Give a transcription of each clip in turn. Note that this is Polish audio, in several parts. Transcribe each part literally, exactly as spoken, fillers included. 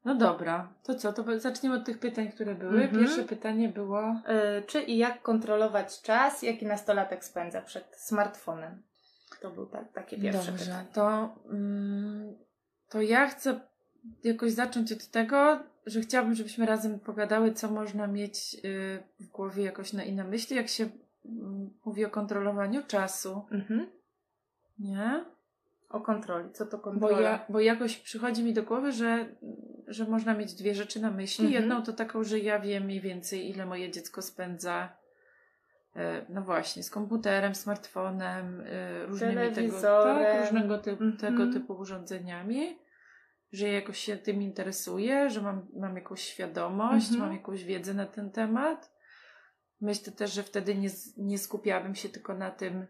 No dobra, to co? To zaczniemy od tych pytań, które były. Mhm. Pierwsze pytanie było... Yy, czy i jak kontrolować czas, jaki nastolatek spędza przed smartfonem? To było tak, takie pierwsze Dobrze, pytanie. to, mm, to ja chcę jakoś zacząć od tego, że chciałabym, żebyśmy razem pogadały, co można mieć y, w głowie jakoś na inne myśli, jak się mm, mówi o kontrolowaniu czasu. Mhm. Nie? O kontroli. Co to kontrola? Bo, ja, bo jakoś przychodzi mi do głowy, że, że można mieć dwie rzeczy na myśli. Mhm. Jedną to taką, że ja wiem mniej więcej, ile moje dziecko spędza e, no właśnie, z komputerem, smartfonem, e, różnymi tego, tak, różnego typu, Mhm. tego typu urządzeniami, że ja jakoś się tym interesuję, że mam, mam jakąś świadomość, Mhm. mam jakąś wiedzę na ten temat. Myślę też, że wtedy nie, nie skupiałabym się tylko na tym,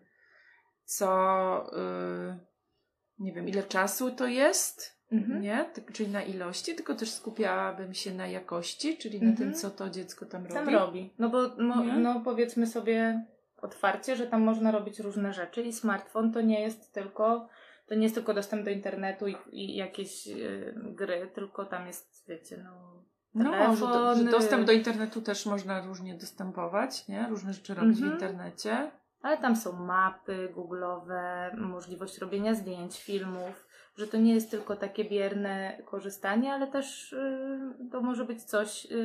co... Y, nie wiem, ile czasu to jest, Mhm. nie? Tak, czyli na ilości, tylko też skupiałabym się na jakości, czyli Mhm. na tym, co to dziecko tam robi. Tam robi. No bo no, Nie? no powiedzmy sobie otwarcie, że tam można robić różne rzeczy i smartfon to nie jest tylko to nie jest tylko dostęp do internetu i, i jakieś y, gry, tylko tam jest, wiecie, no No, że, do, że telefon, dostęp do internetu też można różnie dostępować, nie? Różne rzeczy robić Mhm. w internecie. ale tam są mapy googlowe, możliwość robienia zdjęć, filmów, że to nie jest tylko takie bierne korzystanie, ale też y, to może być coś, y,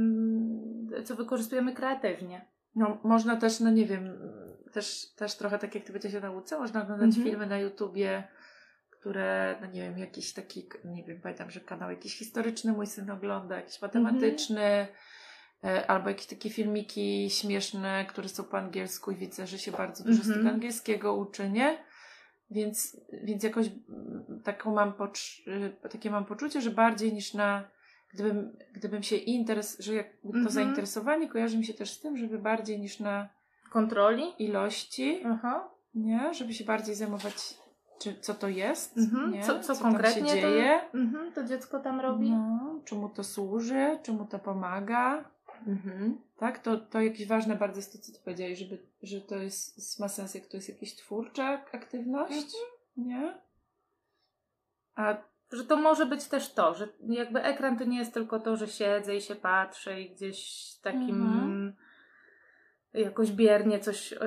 y, co wykorzystujemy kreatywnie. No, można też, no nie wiem, też, też trochę tak jak ty będziesz o nauce, można oglądać Mhm. filmy na YouTubie, które, no nie wiem, jakiś taki, nie wiem, pamiętam, że kanał jakiś historyczny mój syn ogląda, jakiś matematyczny, e, albo jakieś takie filmiki śmieszne, które są po angielsku i widzę, że się bardzo dużo z Mhm. tego angielskiego uczy, nie? Więc, więc jakoś mm, taką mam pocz- y, takie mam poczucie, że bardziej niż na, gdybym, gdybym się interes, że jak to Mhm. zainteresowanie kojarzy mi się też z tym, żeby bardziej niż na Kontroli? ilości, Aha. nie? Żeby się bardziej zajmować, czy, co to jest, Mhm. nie? Co, co tam konkretnie się dzieje. To, mhm, to dziecko tam robi? No, czemu to służy, czemu to pomaga, Mhm. tak? To, to jakieś ważne bardzo jest to, co ty powiedziałeś, żeby, że to jest, ma sens, jak to jest jakaś twórcza aktywność, nie? A Że to może być też to, że jakby ekran to nie jest tylko to, że siedzę i się patrzę i gdzieś takim Mhm. jakoś biernie coś yy,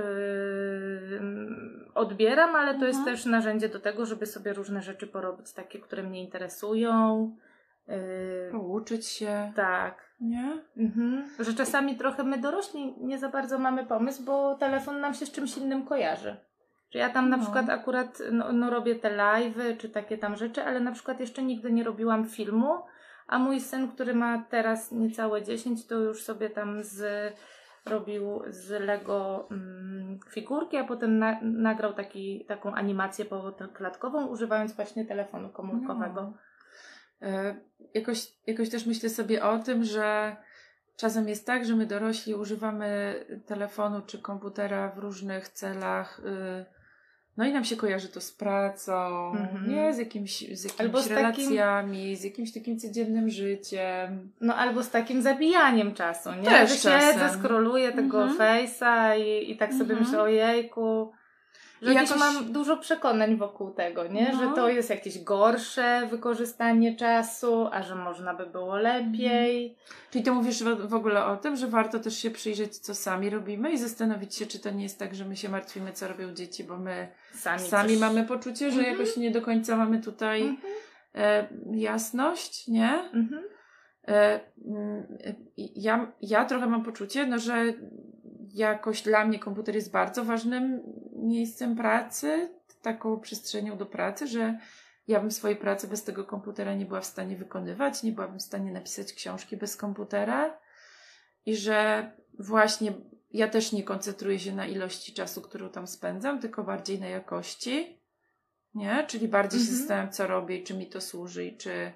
odbieram, ale to Mhm. jest też narzędzie do tego, żeby sobie różne rzeczy porobić, takie, które mnie interesują. Yy, pouczyć się, tak. nie? Mhm. Że czasami trochę my dorośli nie za bardzo mamy pomysł, bo telefon nam się z czymś innym kojarzy. Że ja tam na No. przykład akurat no, no robię te live'y czy takie tam rzeczy, ale na przykład jeszcze nigdy nie robiłam filmu, a mój syn, który ma teraz niecałe dziesięć, to już sobie tam z, robił z Lego mm, figurki, a potem na, nagrał taki, taką animację klatkową, używając właśnie telefonu komórkowego. No. E, jakoś, jakoś też myślę sobie o tym, że czasem jest tak, że my dorośli używamy telefonu czy komputera w różnych celach, y, no i nam się kojarzy to z pracą, Mhm. nie? Z jakimś, z jakimiś Albo z relacjami, takim... z jakimś takim codziennym życiem. No albo z takim zabijaniem czasu, nie? Też że siedzę, czasem. scrolluję tego Mhm. Face'a i, i tak sobie Mhm. myślę, ojejku, że I jakieś jakoś- mam dużo przekonań wokół tego, nie? No. Że to jest jakieś gorsze wykorzystanie czasu, a że można by było lepiej. Czyli ty mówisz w w ogóle o tym, że warto też się przyjrzeć, co sami robimy i zastanowić się, czy to nie jest tak, że my się martwimy, co robią dzieci, bo my Sami, sami coś... mamy poczucie, że Mhm. jakoś nie do końca mamy tutaj Mhm. e, jasność, nie? Mhm. E, mm, ja, ja trochę mam poczucie, no, że jakoś dla mnie komputer jest bardzo ważnym miejscem pracy, taką przestrzenią do pracy, że ja bym swojej pracy bez tego komputera nie była w stanie wykonywać, nie byłabym w stanie napisać książki bez komputera i że właśnie ja też nie koncentruję się na ilości czasu, którą tam spędzam, tylko bardziej na jakości, nie? Czyli bardziej się Mhm. zastanawiam, co robię i czy mi to służy i czy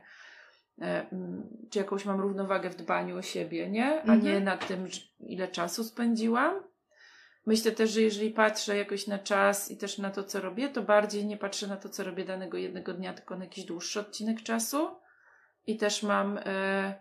czy jakąś mam równowagę w dbaniu o siebie, nie? A Mhm. nie na tym, ile czasu spędziłam. Myślę też, że jeżeli patrzę jakoś na czas i też na to, co robię, to bardziej nie patrzę na to, co robię danego jednego dnia, tylko na jakiś dłuższy odcinek czasu. I też mam, e,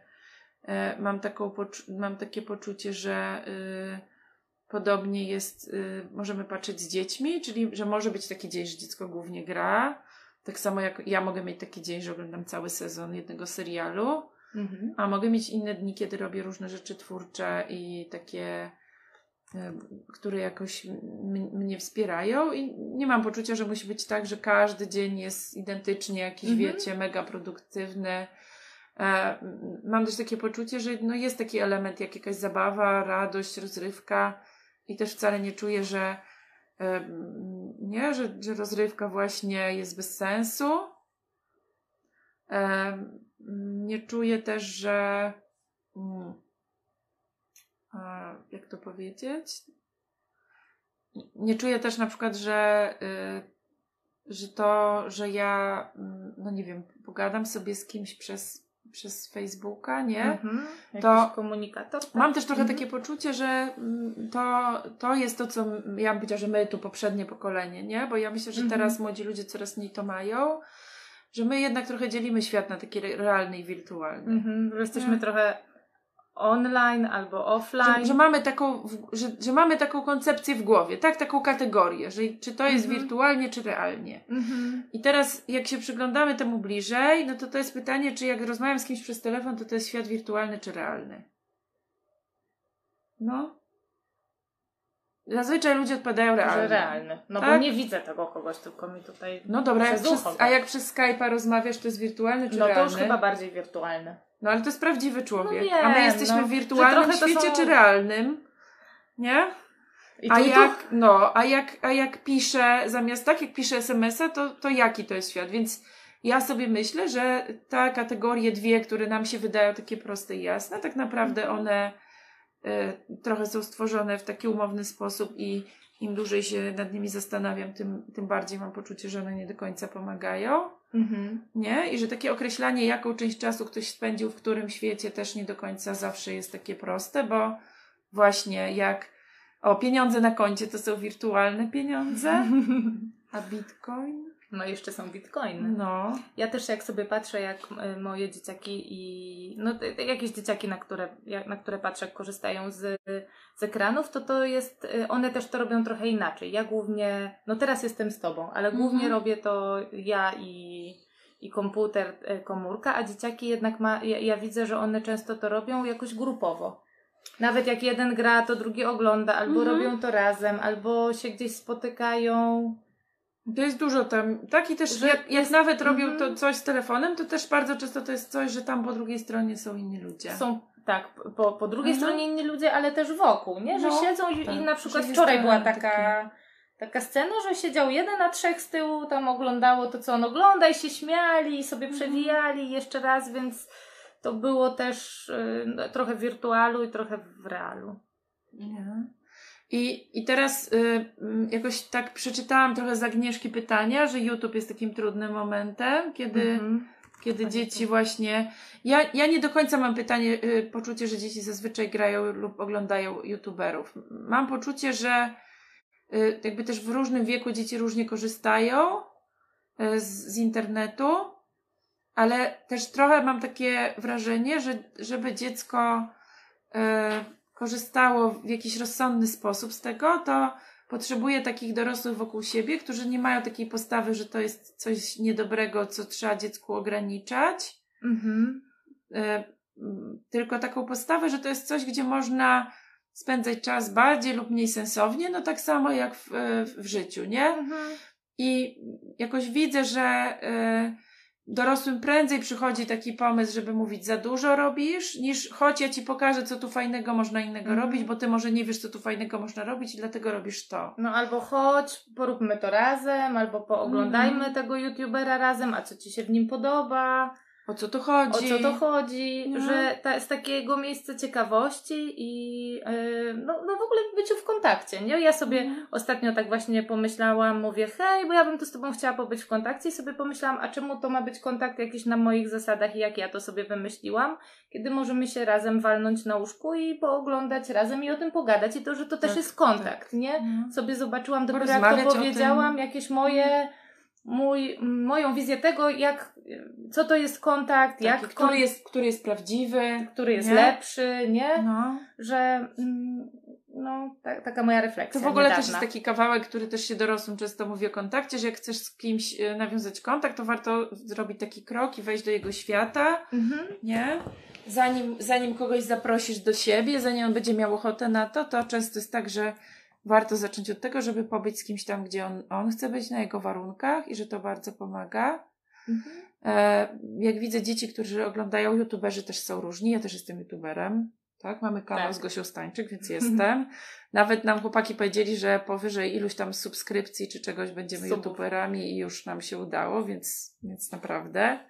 e, mam, taką poczu- mam takie poczucie, że e, podobnie jest, e, możemy patrzeć z dziećmi, czyli że może być taki dzień, że dziecko głównie gra. Tak samo jak ja mogę mieć taki dzień, że oglądam cały sezon jednego serialu. Mhm. A mogę mieć inne dni, kiedy robię różne rzeczy twórcze i takie, które jakoś m- mnie wspierają i nie mam poczucia, że musi być tak, że każdy dzień jest identycznie jakiś, Mhm. wiecie, mega produktywny. E, mam też takie poczucie, że no jest taki element jak jakaś zabawa, radość, rozrywka i też wcale nie czuję, że e, nie, że, że rozrywka właśnie jest bez sensu. E, nie czuję też, że mm, a, jak to powiedzieć? Nie czuję też na przykład, że y, że to, że ja mm, no nie wiem, pogadam sobie z kimś przez, przez Facebooka, nie? Mhm. Jakiś To komunikator. Tak? mam też trochę Mhm. takie poczucie, że mm, to, to jest to, co ja bym powiedziała, że my tu poprzednie pokolenie, nie? Bo ja myślę, że Mhm. teraz młodzi ludzie coraz mniej to mają, że my jednak trochę dzielimy świat na taki re- realny i wirtualny. Mhm. Że jesteśmy Nie. trochę online albo offline. Że, że, mamy taką, w- że, że mamy taką koncepcję w głowie, tak? Taką kategorię, że czy to jest Mhm. wirtualnie, czy realnie. Mhm. I teraz, jak się przyglądamy temu bliżej, no to to jest pytanie, czy jak rozmawiam z kimś przez telefon, to to jest świat wirtualny, czy realny. No. Zazwyczaj ludzie odpowiadają realnie. Że realny. No Tak? bo nie widzę tego kogoś, tylko mi tutaj No dobra, jak przez przez, ucho. a jak przez Skype'a rozmawiasz, to jest wirtualny, czy No to realny? już chyba bardziej wirtualny. No ale to jest prawdziwy człowiek. No wiem, a my jesteśmy no, w że wirtualnym trochę to świecie, są- czy realnym? Nie? I A tu, i tu. jak, no, a jak, a jak piszę, zamiast tak, jak piszę es em es a, to, to jaki to jest świat? Więc ja sobie myślę, że te kategorie dwie, które nam się wydają takie proste i jasne, tak naprawdę Mhm. one y, trochę są stworzone w taki umowny sposób i im dłużej się nad nimi zastanawiam, tym, tym bardziej mam poczucie, że one nie do końca pomagają. Mhm. Nie? I że takie określanie, jaką część czasu ktoś spędził w którym świecie, też nie do końca zawsze jest takie proste, bo właśnie jak o, pieniądze na koncie to są wirtualne pieniądze, a bitcoin? No jeszcze są bitcoiny. No. Ja też jak sobie patrzę, jak y, moje dzieciaki i no t- t- jakieś dzieciaki, na które, jak, na które patrzę, jak korzystają z, z ekranów, to to jest, y, one też to robią trochę inaczej. Ja głównie, no teraz jestem z tobą, ale głównie Mhm. robię to ja i, i komputer, y, komórka, a dzieciaki jednak ma, ja, ja widzę, że one często to robią jakoś grupowo. Nawet jak jeden gra, to drugi ogląda, albo Mhm. robią to razem, albo się gdzieś spotykają. To jest dużo tam. Tak i też Że jak, jak jest- nawet robią mhm. to coś z telefonem, to też bardzo często to jest coś, że tam po drugiej stronie są inni ludzie. Są, tak, po, po drugiej Mhm. stronie inni ludzie, ale też wokół, nie? Że No, siedzą i, tak. i na przykład Że jest wczoraj to była takie- taka, taka scena, że siedział jeden, a trzech z tyłu tam oglądało to, co on ogląda i się śmiali i sobie Mhm. przewijali jeszcze raz, więc to było też y, no, trochę w wirtualu i trochę w realu. Nie. I, I teraz y, mm, jakoś tak przeczytałam trochę z Agnieszki pytania, że YouTube jest takim trudnym momentem, kiedy, Mhm. kiedy Tak, dzieci tak. właśnie... Ja, ja nie do końca mam pytanie, y, poczucie, że dzieci zazwyczaj grają lub oglądają YouTuberów. Mam poczucie, że y, jakby też w różnym wieku dzieci różnie korzystają y, z, z internetu, ale też trochę mam takie wrażenie, że żeby dziecko y, korzystało w jakiś rozsądny sposób z tego, to potrzebuje takich dorosłych wokół siebie, którzy nie mają takiej postawy, że to jest coś niedobrego, co trzeba dziecku ograniczać, Mhm. y, mm, tylko taką postawę, że to jest coś, gdzie można spędzać czas bardziej lub mniej sensownie, no tak samo jak w, w życiu, nie? Mhm. I jakoś widzę, że y, dorosłym prędzej przychodzi taki pomysł, żeby mówić, za dużo robisz, niż chodź, ja ci pokażę, co tu fajnego można innego Mhm. robić, bo ty może nie wiesz, co tu fajnego można robić i dlatego robisz to. No albo chodź, poróbmy to razem, albo pooglądajmy Mhm. tego YouTubera razem, a co ci się w nim podoba. O co tu chodzi? O co to chodzi, No. że ta, z takiego miejsca ciekawości i yy, no, no w ogóle byciu w kontakcie, nie? Ja sobie Mhm. ostatnio tak właśnie pomyślałam, mówię, hej, bo ja bym tu z tobą chciała pobyć w kontakcie i sobie pomyślałam, a czemu to ma być kontakt jakiś na moich zasadach i jak ja to sobie wymyśliłam, kiedy możemy się razem walnąć na łóżku i pooglądać razem i o tym pogadać i to, że to też Tak, jest kontakt, nie? No. Sobie zobaczyłam dopiero jak Porozmawiać to o tym. powiedziałam, jakieś moje... Mój, moją wizję tego, jak, co to jest kontakt, jak Taki, kon- który, jest, który jest prawdziwy. który jest nie? lepszy, nie? No. Że mm, no ta, taka moja refleksja To w ogóle niedawna. też jest taki kawałek, który też się dorosłym często mówi o kontakcie, że jak chcesz z kimś nawiązać kontakt, to warto zrobić taki krok i wejść do jego świata, mhm. nie? Zanim, zanim kogoś zaprosisz do siebie, zanim on będzie miał ochotę na to, to często jest tak, że warto zacząć od tego, żeby pobyć z kimś tam, gdzie on, on chce być, na jego warunkach i że to bardzo pomaga. Mhm. E, jak widzę dzieci, którzy oglądają, youtuberzy też są różni, ja też jestem youtuberem, tak? Mamy kanał tak. z Gosią Stańczyk, więc jestem. Nawet nam chłopaki powiedzieli, że powyżej iluś tam subskrypcji czy czegoś będziemy Subów. youtuberami i już nam się udało, więc, więc naprawdę.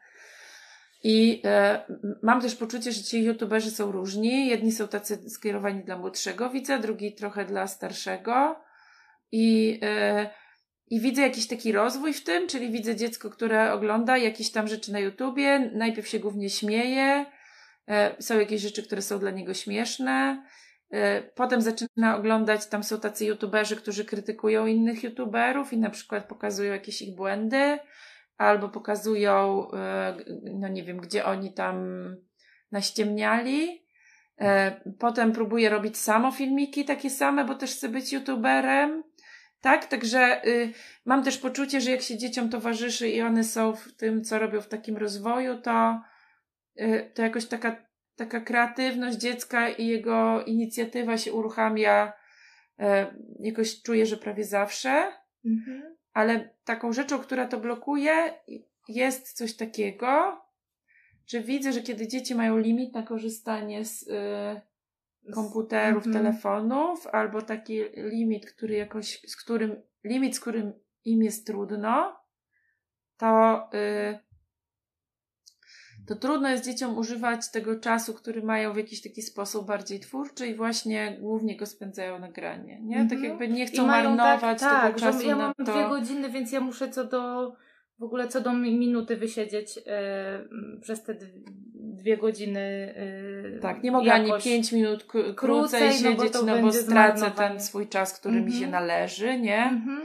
I e, mam też poczucie, że ci youtuberzy są różni. Jedni są tacy skierowani dla młodszego widza, drugi trochę dla starszego. I, e, I widzę jakiś taki rozwój w tym, czyli widzę dziecko, które ogląda jakieś tam rzeczy na YouTubie, najpierw się głównie śmieje, e, są jakieś rzeczy, które są dla niego śmieszne, e, potem zaczyna oglądać, tam są tacy youtuberzy, którzy krytykują innych youtuberów i na przykład pokazują jakieś ich błędy, albo pokazują, no nie wiem, gdzie oni tam naściemniali. Potem próbuję robić samo filmiki takie same, bo też chcę być youtuberem. Tak, także y, mam też poczucie, że jak się dzieciom towarzyszy i one są w tym, co robią w takim rozwoju, to, y, to jakoś taka, taka kreatywność dziecka i jego inicjatywa się uruchamia, y, jakoś czuję, że prawie zawsze. Mhm. Ale taką rzeczą, która to blokuje, jest coś takiego, że widzę, że kiedy dzieci mają limit na korzystanie z y, komputerów, mm-hmm. telefonów, albo taki limit, który jakoś, z którym, limit, z którym im jest trudno, to, y, to trudno jest dzieciom używać tego czasu, który mają w jakiś taki sposób bardziej twórczy i właśnie głównie go spędzają na granie, nie? Mm-hmm. Tak jakby nie chcą marnować tak, tego tak, czasu że ja na mam to. dwie godziny, więc ja muszę co do w ogóle co do minuty wysiedzieć yy, przez te dwie godziny. Yy, tak, nie mogę ani pięć minut k- krócej, krócej siedzieć, no bo, no bo stracę ten swój czas, który mm-hmm. mi się należy, nie? Mm-hmm.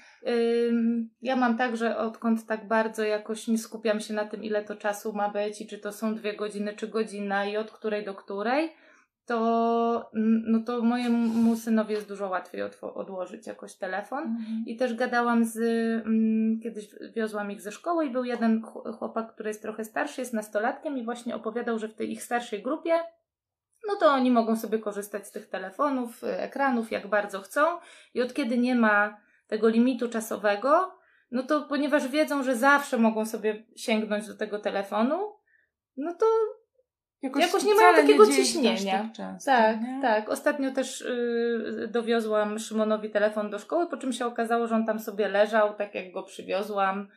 Yy, ja mam tak, że odkąd tak bardzo jakoś nie skupiam się na tym, ile to czasu ma być i czy to są dwie godziny, czy godzina i od której do której, to, no to mojemu synowi jest dużo łatwiej odwo- odłożyć jakoś telefon. Mhm. I też gadałam z, um, kiedyś wiozłam ich ze szkoły i był jeden chłopak, który jest trochę starszy, jest nastolatkiem i właśnie opowiadał, że w tej ich starszej grupie, no to oni mogą sobie korzystać z tych telefonów, ekranów, jak bardzo chcą i od kiedy nie ma tego limitu czasowego, no to ponieważ wiedzą, że zawsze mogą sobie sięgnąć do tego telefonu, no to Jakoś, Jakoś nie mają takiego nie ciśnienia. Tak, często, tak, tak. Ostatnio też yy, dowiozłam Szymonowi telefon do szkoły, po czym się okazało, że on tam sobie leżał, tak jak go przywiozłam.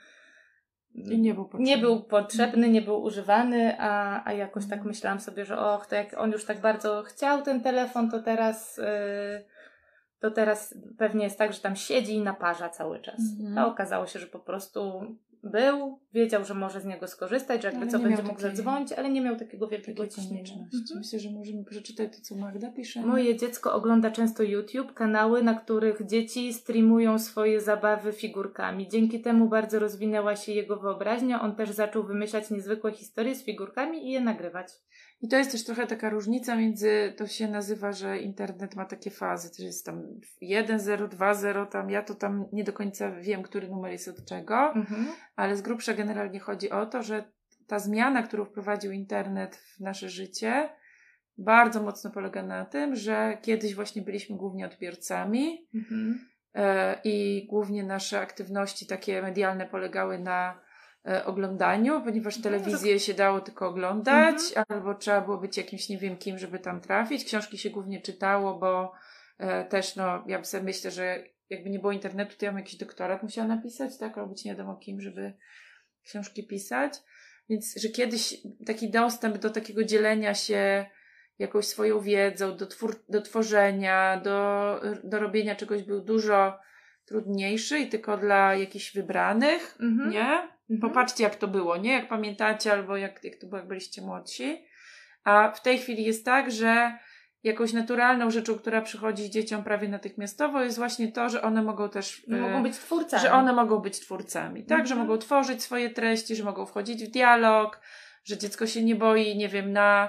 I nie był potrzebny. Nie był potrzebny, nie był używany, a, a jakoś tak myślałam sobie, że och, to jak on już tak bardzo chciał ten telefon, to teraz, yy, to teraz pewnie jest tak, że tam siedzi i naparza cały czas. Mhm. A okazało się, że po prostu był, wiedział, że może z niego skorzystać, że jakby ale co będzie mógł takiej... zadzwonić, ale nie miał takiego wielkiego ciśnienia. Mhm. Myślę, że możemy przeczytać to, co Magda pisze. Moje dziecko ogląda często YouTube, kanały, na których dzieci streamują swoje zabawy figurkami. Dzięki temu bardzo rozwinęła się jego wyobraźnia. On też zaczął wymyślać niezwykłe historie z figurkami i je nagrywać. I to jest też trochę taka różnica między, to się nazywa, że internet ma takie fazy, to jest tam jeden zero, dwa zero, tam ja to tam nie do końca wiem, który numer jest od czego, mhm. ale z grubsza generalnie chodzi o to, że ta zmiana, którą wprowadził internet w nasze życie, bardzo mocno polega na tym, że kiedyś właśnie byliśmy głównie odbiorcami mhm. e, i głównie nasze aktywności takie medialne polegały na oglądaniu, ponieważ telewizję się dało tylko oglądać, mhm. albo trzeba było być jakimś nie wiem kim, żeby tam trafić. Książki się głównie czytało, bo e, też no, ja sobie myślę, że jakby nie było internetu, to ja bym jakiś doktorat musiała napisać, tak, albo być nie wiadomo kim, żeby książki pisać. Więc, że kiedyś taki dostęp do takiego dzielenia się jakąś swoją wiedzą, do, twór- do tworzenia, do, do robienia czegoś był dużo trudniejszy i tylko dla jakichś wybranych, mhm. nie? Popatrzcie, jak to było, nie? Jak pamiętacie, albo jak, jak to było, jak byliście młodsi. A w tej chwili jest tak, że jakąś naturalną rzeczą, która przychodzi dzieciom prawie natychmiastowo, jest właśnie to, że one mogą też... Że mogą być twórcami. Że one mogą być twórcami, tak? Mhm. Że mogą tworzyć swoje treści, że mogą wchodzić w dialog, że dziecko się nie boi, nie wiem, na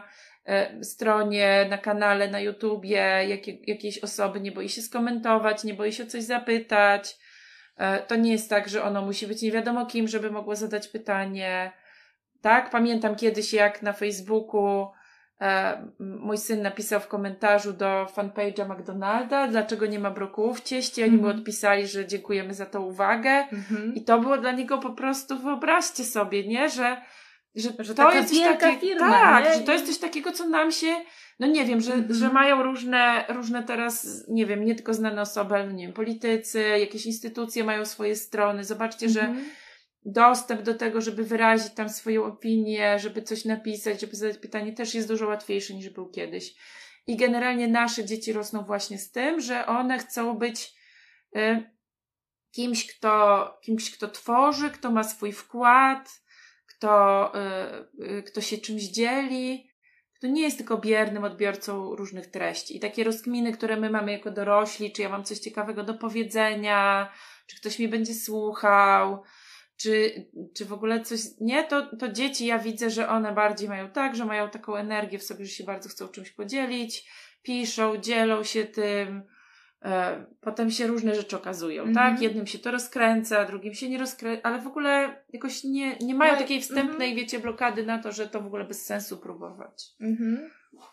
e, stronie, na kanale, na YouTubie jakie, jakiejś osoby, nie boi się skomentować, nie boi się o coś zapytać. E, to nie jest tak, że ono musi być nie wiadomo kim, żeby mogło zadać pytanie. Tak? Pamiętam kiedyś, jak na Facebooku e, mój syn napisał w komentarzu do fanpage'a McDonalda, dlaczego nie ma brokułów w cieście. Oni mm-hmm. mu odpisali, że dziękujemy za tą uwagę. Mm-hmm. I to było dla niego po prostu, wyobraźcie sobie, nie? Że, że, że to jest coś takiego, firma, tak, nie? że to jest coś takiego, co nam się, no nie wiem, że, mm-hmm. że mają różne, różne teraz, nie wiem, nie tylko znane osoby, ale nie wiem, politycy, jakieś instytucje mają swoje strony. Zobaczcie, mm-hmm. że dostęp do tego, żeby wyrazić tam swoją opinię, żeby coś napisać, żeby zadać pytanie, też jest dużo łatwiejszy niż był kiedyś. I generalnie nasze dzieci rosną właśnie z tym, że one chcą być y, kimś, kto, kimś, kto tworzy, kto ma swój wkład, kto, y, y, kto się czymś dzieli, kto nie jest tylko biernym odbiorcą różnych treści. I takie rozkminy, które my mamy jako dorośli, czy ja mam coś ciekawego do powiedzenia, czy ktoś mnie będzie słuchał, Czy, czy w ogóle coś, nie, to, to dzieci, ja widzę, że one bardziej mają tak, że mają taką energię w sobie, że się bardzo chcą czymś podzielić, piszą, dzielą się tym, e, potem się różne rzeczy okazują, mm-hmm. tak? Jednym się to rozkręca, drugim się nie rozkręca, ale w ogóle jakoś nie, nie mają no, takiej wstępnej, mm-hmm. wiecie, blokady na to, że to w ogóle bez sensu próbować. Mhm.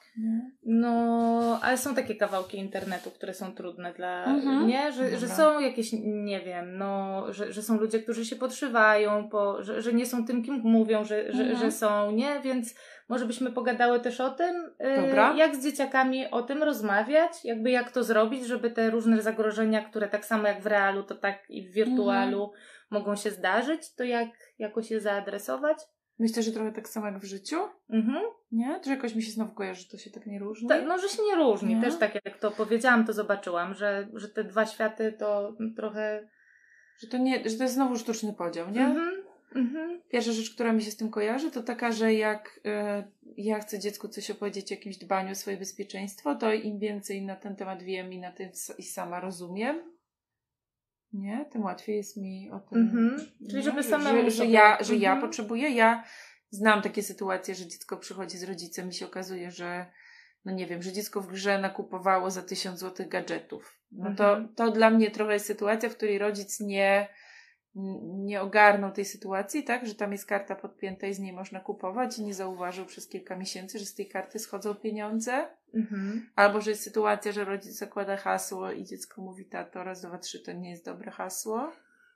No, ale są takie kawałki internetu, które są trudne dla, mhm. nie? Że, że są jakieś, nie wiem, no, że, że są ludzie, którzy się podszywają, po, że, że nie są tym, kim mówią, że, mhm. że, że są, nie? Więc może byśmy pogadały też o tym, Dobra. y, jak z dzieciakami o tym rozmawiać, jakby jak to zrobić, żeby te różne zagrożenia, które tak samo jak w realu, to tak i w wirtualu mhm. mogą się zdarzyć, to jak jakoś je zaadresować? Myślę, że trochę tak samo jak w życiu. Mhm. Nie? Czy jakoś mi się znowu kojarzy, że to się tak nie różni? Ta, no, że się nie różni. Nie? Też tak jak to powiedziałam, to zobaczyłam, że, że te dwa światy to trochę... Że to, nie, że to jest znowu sztuczny podział, nie? Mhm. Mhm. Pierwsza rzecz, która mi się z tym kojarzy, to taka, że jak y, ja chcę dziecku coś opowiedzieć o jakimś dbaniu o swoje bezpieczeństwo, to im więcej na ten temat wiem i na tym i sama rozumiem, nie? Tym łatwiej jest mi o tym... Mhm. Czyli żeby samemu... Że, że, ja, że mhm. ja potrzebuję, ja znam takie sytuacje, że dziecko przychodzi z rodzicem i się okazuje, że no nie wiem, że dziecko w grze nakupowało za tysiąc złotych gadżetów. No to, mhm. to dla mnie trochę jest sytuacja, w której rodzic nie, nie ogarnął tej sytuacji, tak, że tam jest karta podpięta i z niej można kupować i nie zauważył przez kilka miesięcy, że z tej karty schodzą pieniądze. Mhm. Albo, że jest sytuacja, że rodzic zakłada hasło i dziecko mówi, tato, raz, dwa, trzy, to nie jest dobre hasło.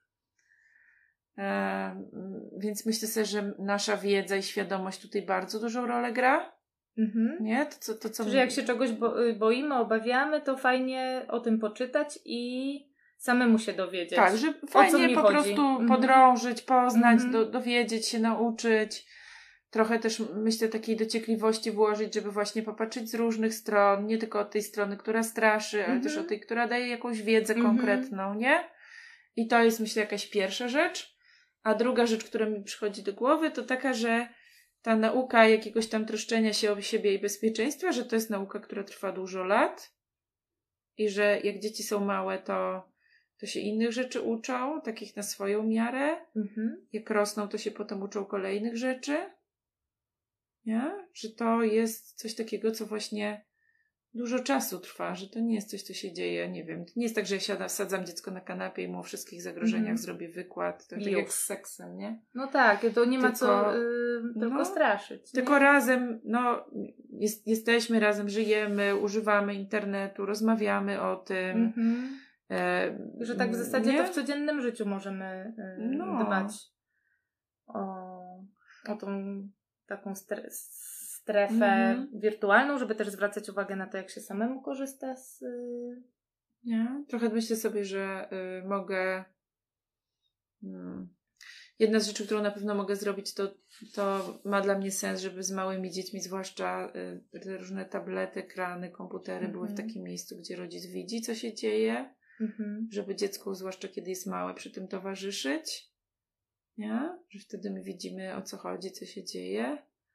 E, więc myślę sobie, że nasza wiedza i świadomość tutaj bardzo dużą rolę gra. Mhm. Nie? To, co, to, co Czyli jak się czegoś bo- boimy, obawiamy, to fajnie o tym poczytać i samemu się dowiedzieć. Tak, że fajnie po chodzi. prostu mhm. podrążyć, poznać, mhm. do, dowiedzieć się, nauczyć. Trochę też, myślę, takiej dociekliwości włożyć, żeby właśnie popatrzeć z różnych stron, nie tylko od tej strony, która straszy, ale mhm. też od tej, która daje jakąś wiedzę mhm. konkretną, nie? I to jest, myślę, jakaś pierwsza rzecz. A druga rzecz, która mi przychodzi do głowy, to taka, że ta nauka jakiegoś tam troszczenia się o siebie i bezpieczeństwa, że to jest nauka, która trwa dużo lat i że jak dzieci są małe, to, to się innych rzeczy uczą, takich na swoją miarę. Mhm. Jak rosną, to się potem uczą kolejnych rzeczy. Nie? Że to jest coś takiego, co właśnie dużo czasu trwa, że to nie jest coś, co się dzieje, nie wiem. To nie jest tak, że ja siadam, sadzam dziecko na kanapie i mu o wszystkich zagrożeniach mm. zrobię wykład. To tak jak z seksem, nie? No tak, to nie ma tylko, co yy, tylko no, straszyć. Tylko nie? razem, no, jest, jesteśmy razem, żyjemy, używamy internetu, rozmawiamy o tym. Mm-hmm. E, że tak w zasadzie nie? to w codziennym życiu możemy yy, no. dbać o, o tą taką stres. strefę mm-hmm. wirtualną, żeby też zwracać uwagę na to, jak się samemu korzysta z... Nie? Trochę myślę sobie, że y, mogę... Hmm. Jedna z rzeczy, którą na pewno mogę zrobić, to, to ma dla mnie sens, żeby z małymi dziećmi, zwłaszcza y, te różne tablety, ekrany, komputery mm-hmm. były w takim miejscu, gdzie rodzic widzi, co się dzieje, mm-hmm. żeby dziecku, zwłaszcza kiedy jest małe, przy tym towarzyszyć. Nie? Że wtedy my widzimy, o co chodzi, co się dzieje.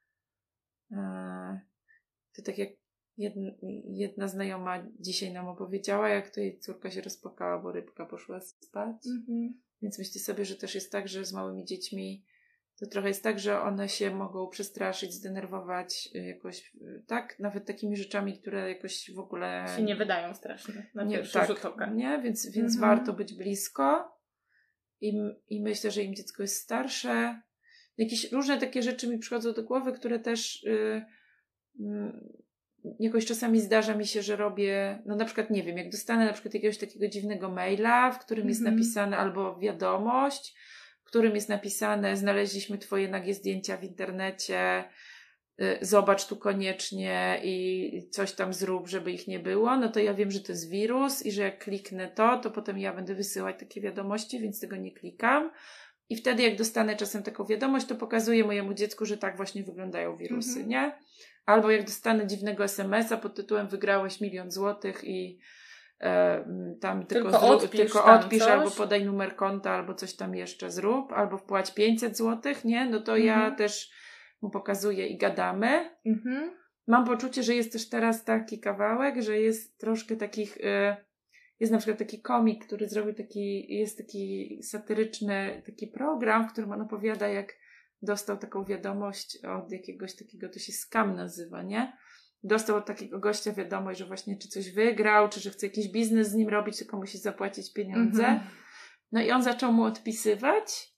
To tak jak jedna, jedna znajoma dzisiaj nam opowiedziała, jak to jej córka się rozpłakała, bo rybka poszła spać. Mm-hmm. Więc myślę sobie, że też jest tak, że z małymi dziećmi to trochę jest tak, że one się mogą przestraszyć, zdenerwować jakoś, tak? Nawet takimi rzeczami, które jakoś w ogóle... Się nie wydają straszne na nie, pierwszy tak, rzut oka. Nie? Więc, więc Mhm. warto być blisko i, i myślę, że im dziecko jest starsze. Jakieś różne takie rzeczy mi przychodzą do głowy, które też yy, yy, jakoś czasami zdarza mi się, że robię, no na przykład nie wiem, jak dostanę na przykład jakiegoś takiego dziwnego maila, w którym jest Mhm. napisane albo wiadomość, w którym jest napisane: znaleźliśmy twoje nagie zdjęcia w internecie, y, zobacz tu koniecznie i coś tam zrób, żeby ich nie było, no to ja wiem, że to jest wirus i że jak kliknę to, to potem ja będę wysyłać takie wiadomości, więc tego nie klikam. I wtedy jak dostanę czasem taką wiadomość, to pokazuję mojemu dziecku, że tak właśnie wyglądają wirusy, Mhm. nie? Albo jak dostanę dziwnego es em es a pod tytułem wygrałeś milion złotych i e, tam tylko, Tylko zrób, odpisz tylko tam odpisz coś. albo podaj numer konta, albo coś tam jeszcze zrób, albo wpłać pięćset złotych, nie? No to ja Mhm. też mu pokazuję i gadamy. Mhm. Mam poczucie, że jest też teraz taki kawałek, że jest troszkę takich... Y, jest na przykład taki komik, który zrobił taki... Jest taki satyryczny taki program, w którym on opowiada, jak dostał taką wiadomość od jakiegoś takiego, to się scam nazywa, nie? Dostał od takiego gościa wiadomość, że właśnie czy coś wygrał, czy że chce jakiś biznes z nim robić, tylko musi zapłacić pieniądze. Mhm. No i on zaczął mu odpisywać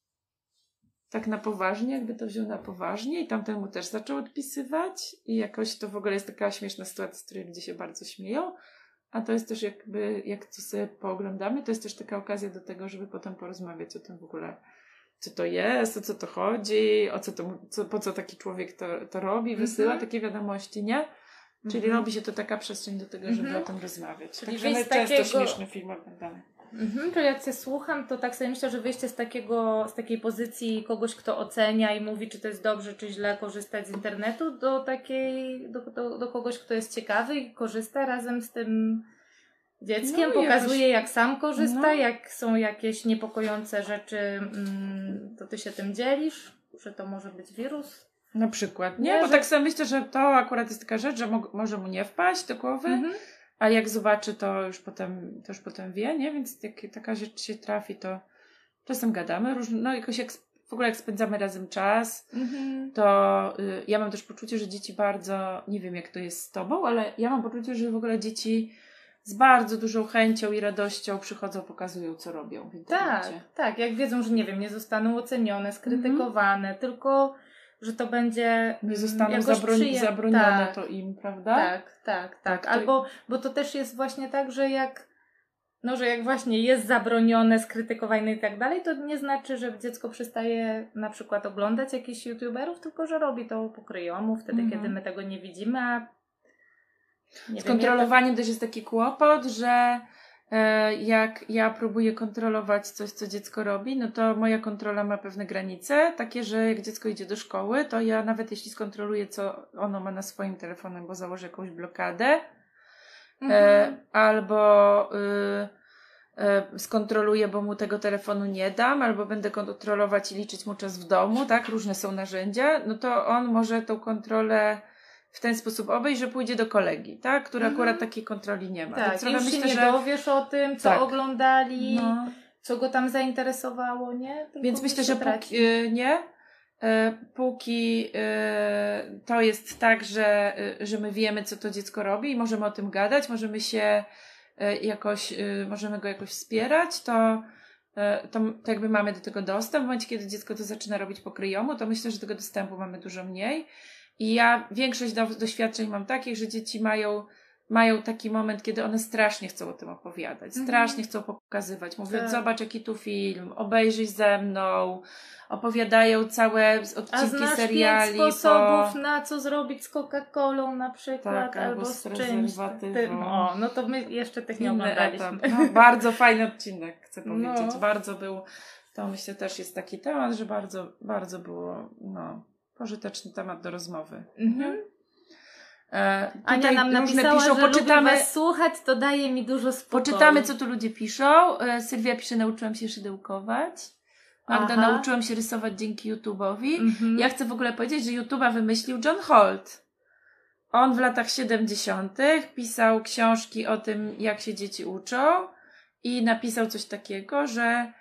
tak na poważnie, jakby to wziął na poważnie i tamten mu też zaczął odpisywać i jakoś to w ogóle jest taka śmieszna sytuacja, z której ludzie się bardzo śmieją, a to jest też jakby, jak to sobie pooglądamy, to jest też taka okazja do tego, żeby potem porozmawiać o tym w ogóle, co to jest, o co to chodzi, o co to, co, po co taki człowiek to, to robi, wysyła Mhm. takie wiadomości, nie? Czyli Mhm. robi się to taka przestrzeń do tego, żeby Mhm. o tym rozmawiać. Czyli Także my wyjść z często takiego- śmieszne filmy oglądamy. Mhm, to jak Cię słucham, to tak sobie myślę, że wyjście z takiego, z takiej pozycji kogoś, kto ocenia i mówi, czy to jest dobrze, czy źle korzystać z internetu, do takiej, do, do, do kogoś, kto jest ciekawy i korzysta razem z tym dzieckiem, No, pokazuje jakoś- jak sam korzysta, no. jak są jakieś niepokojące rzeczy, mm, to Ty się tym dzielisz, że to może być wirus. Na przykład, nie? Nie, Bo że- tak sobie myślę, że to akurat jest taka rzecz, że mo- może mu nie wpaść do głowy, Mhm. a jak zobaczy, to już potem, to już potem wie, nie? Więc jak taka rzecz się trafi, to czasem gadamy, różne, no jakoś jak, w ogóle jak spędzamy razem czas, Mhm. to y, ja mam też poczucie, że dzieci bardzo, nie wiem jak to jest z tobą, ale ja mam poczucie, że w ogóle dzieci z bardzo dużą chęcią i radością przychodzą, pokazują, co robią w internecie. Tak, tak, jak wiedzą, że nie wiem, nie zostaną ocenione, skrytykowane, tylko że to będzie Nie zostaną jakoś zabroń- przyje- zabronione tak, to im, prawda? tak, tak, tak. Tak, to- Albo, bo to też jest właśnie tak, że jak no, że jak właśnie jest zabronione, skrytykowane i tak dalej, to nie znaczy, że dziecko przestaje na przykład oglądać jakichś youtuberów, tylko że robi to po kryjomu, wtedy, Mhm. kiedy my tego nie widzimy, a nie Z wiem, kontrolowaniem też jest taki kłopot, że e, jak ja próbuję kontrolować coś, co dziecko robi, no to moja kontrola ma pewne granice, takie, że jak dziecko idzie do szkoły, to ja nawet jeśli skontroluję, co ono ma na swoim telefonie, bo założę jakąś blokadę, jak... e, mhm. albo y, e, skontroluję, bo mu tego telefonu nie dam, albo będę kontrolować i liczyć mu czas w domu, tak, różne są narzędzia, no to on może tą kontrolę w ten sposób obejść, że pójdzie do kolegi, tak? Który Mhm. akurat takiej kontroli nie ma. Tak, Więc już ja się myślę, nie że... dowiesz o tym, co Tak. oglądali, No, co go tam zainteresowało, nie? Tylko więc myślę, że traci. póki y, nie, y, póki y, to jest tak, że, y, że my wiemy, co to dziecko robi i możemy o tym gadać, możemy się y, jakoś, y, możemy go jakoś wspierać, to, y, to, to jakby mamy do tego dostęp. W momencie, kiedy dziecko to zaczyna robić po kryjomu, to myślę, że tego dostępu mamy dużo mniej. I ja większość do, doświadczeń mam takich, że dzieci mają, mają taki moment, kiedy one strasznie chcą o tym opowiadać, Mhm. strasznie chcą pokazywać. Mówią, Tak. zobacz jaki tu film, obejrzyj ze mną, opowiadają całe A odcinki znasz seriali. pięć sposobów po... na co zrobić z Coca-Colą na przykład, Tak, albo albo z z czymś. prezerwatywą. Tym. O, no to my jeszcze tych nie Inny oglądaliśmy. etap. No, bardzo fajny odcinek, chcę No. powiedzieć. Bardzo był, to myślę też jest taki temat, że bardzo, bardzo było, no, pożyteczny temat do rozmowy. Mhm. E, Ania tutaj nam różne napisała, piszą, że poczytamy, lubi was słuchać, to daje mi dużo spokoju. poczytamy, co tu ludzie piszą. E, Sylwia pisze, nauczyłam się szydełkować. Magda, Aha. nauczyłam się rysować dzięki YouTube'owi. Mhm. Ja chcę w ogóle powiedzieć, że YouTube'a wymyślił John Holt. On w latach siedemdziesiątych pisał książki o tym, jak się dzieci uczą i napisał coś takiego, że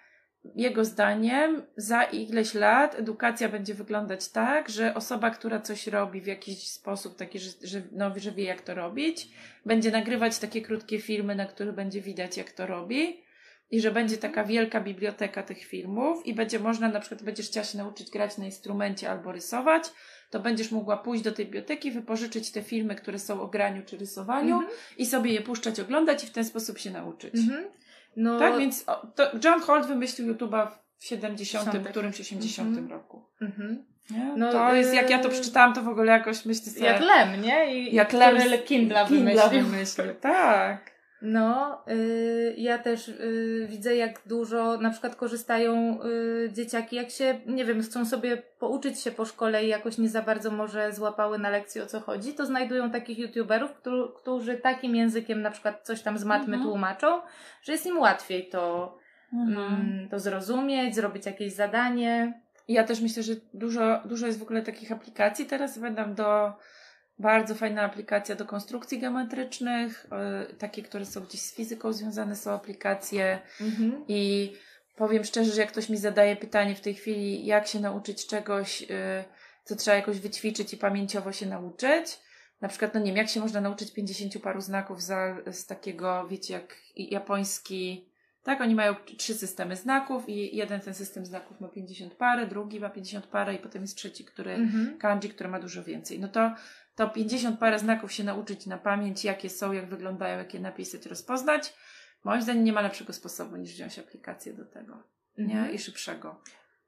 jego zdaniem za ileś lat edukacja będzie wyglądać tak, że osoba, która coś robi w jakiś sposób taki, że, że, no, że wie jak to robić, będzie nagrywać takie krótkie filmy, na których będzie widać jak to robi i że będzie taka wielka biblioteka tych filmów i będzie można, na przykład będziesz chciała się nauczyć grać na instrumencie albo rysować, to będziesz mogła pójść do tej biblioteki, wypożyczyć te filmy, które są o graniu czy rysowaniu mhm. i sobie je puszczać, oglądać i w ten sposób się nauczyć. Mhm. No, tak, więc o, to John Holt wymyślił YouTube'a w siedemdziesiątym, którymś osiemdziesiątym mm-hmm. roku. Mm-hmm. Nie? No, to jest, jak ja to przeczytałam, to w ogóle jakoś myślę sobie... Jak Lem, nie? I, jak Lem który Kindla wymyślił. wymyślił. Tak. No, y, ja też y, widzę, jak dużo na przykład korzystają y, dzieciaki, jak się, nie wiem, chcą sobie pouczyć się po szkole i jakoś nie za bardzo może złapały na lekcji, o co chodzi, to znajdują takich youtuberów, którzy, którzy takim językiem na przykład coś tam z matmy mhm. tłumaczą, że jest im łatwiej to, mhm. mm, to zrozumieć, zrobić jakieś zadanie. Ja też myślę, że dużo, dużo jest w ogóle takich aplikacji. Teraz będą do... Bardzo fajna aplikacja do konstrukcji geometrycznych, yy, takie, które są gdzieś z fizyką związane, są aplikacje mhm. i powiem szczerze, że jak ktoś mi zadaje pytanie w tej chwili, jak się nauczyć czegoś, yy, co trzeba jakoś wyćwiczyć i pamięciowo się nauczyć, na przykład, no nie wiem, jak się można nauczyć pięćdziesięciu paru znaków za, z takiego, wiecie, jak japoński, tak, oni mają trzy systemy znaków i jeden ten system znaków ma pięćdziesiąt parę, drugi ma pięćdziesiąt parę i potem jest trzeci, który, mhm. kanji, który ma dużo więcej. No to to pięćdziesiąt parę znaków się nauczyć na pamięć, jakie są, jak wyglądają, jakie napisać, rozpoznać. Moim zdaniem nie ma lepszego sposobu niż wziąć aplikację do tego. Nie? Mm-hmm. I szybszego.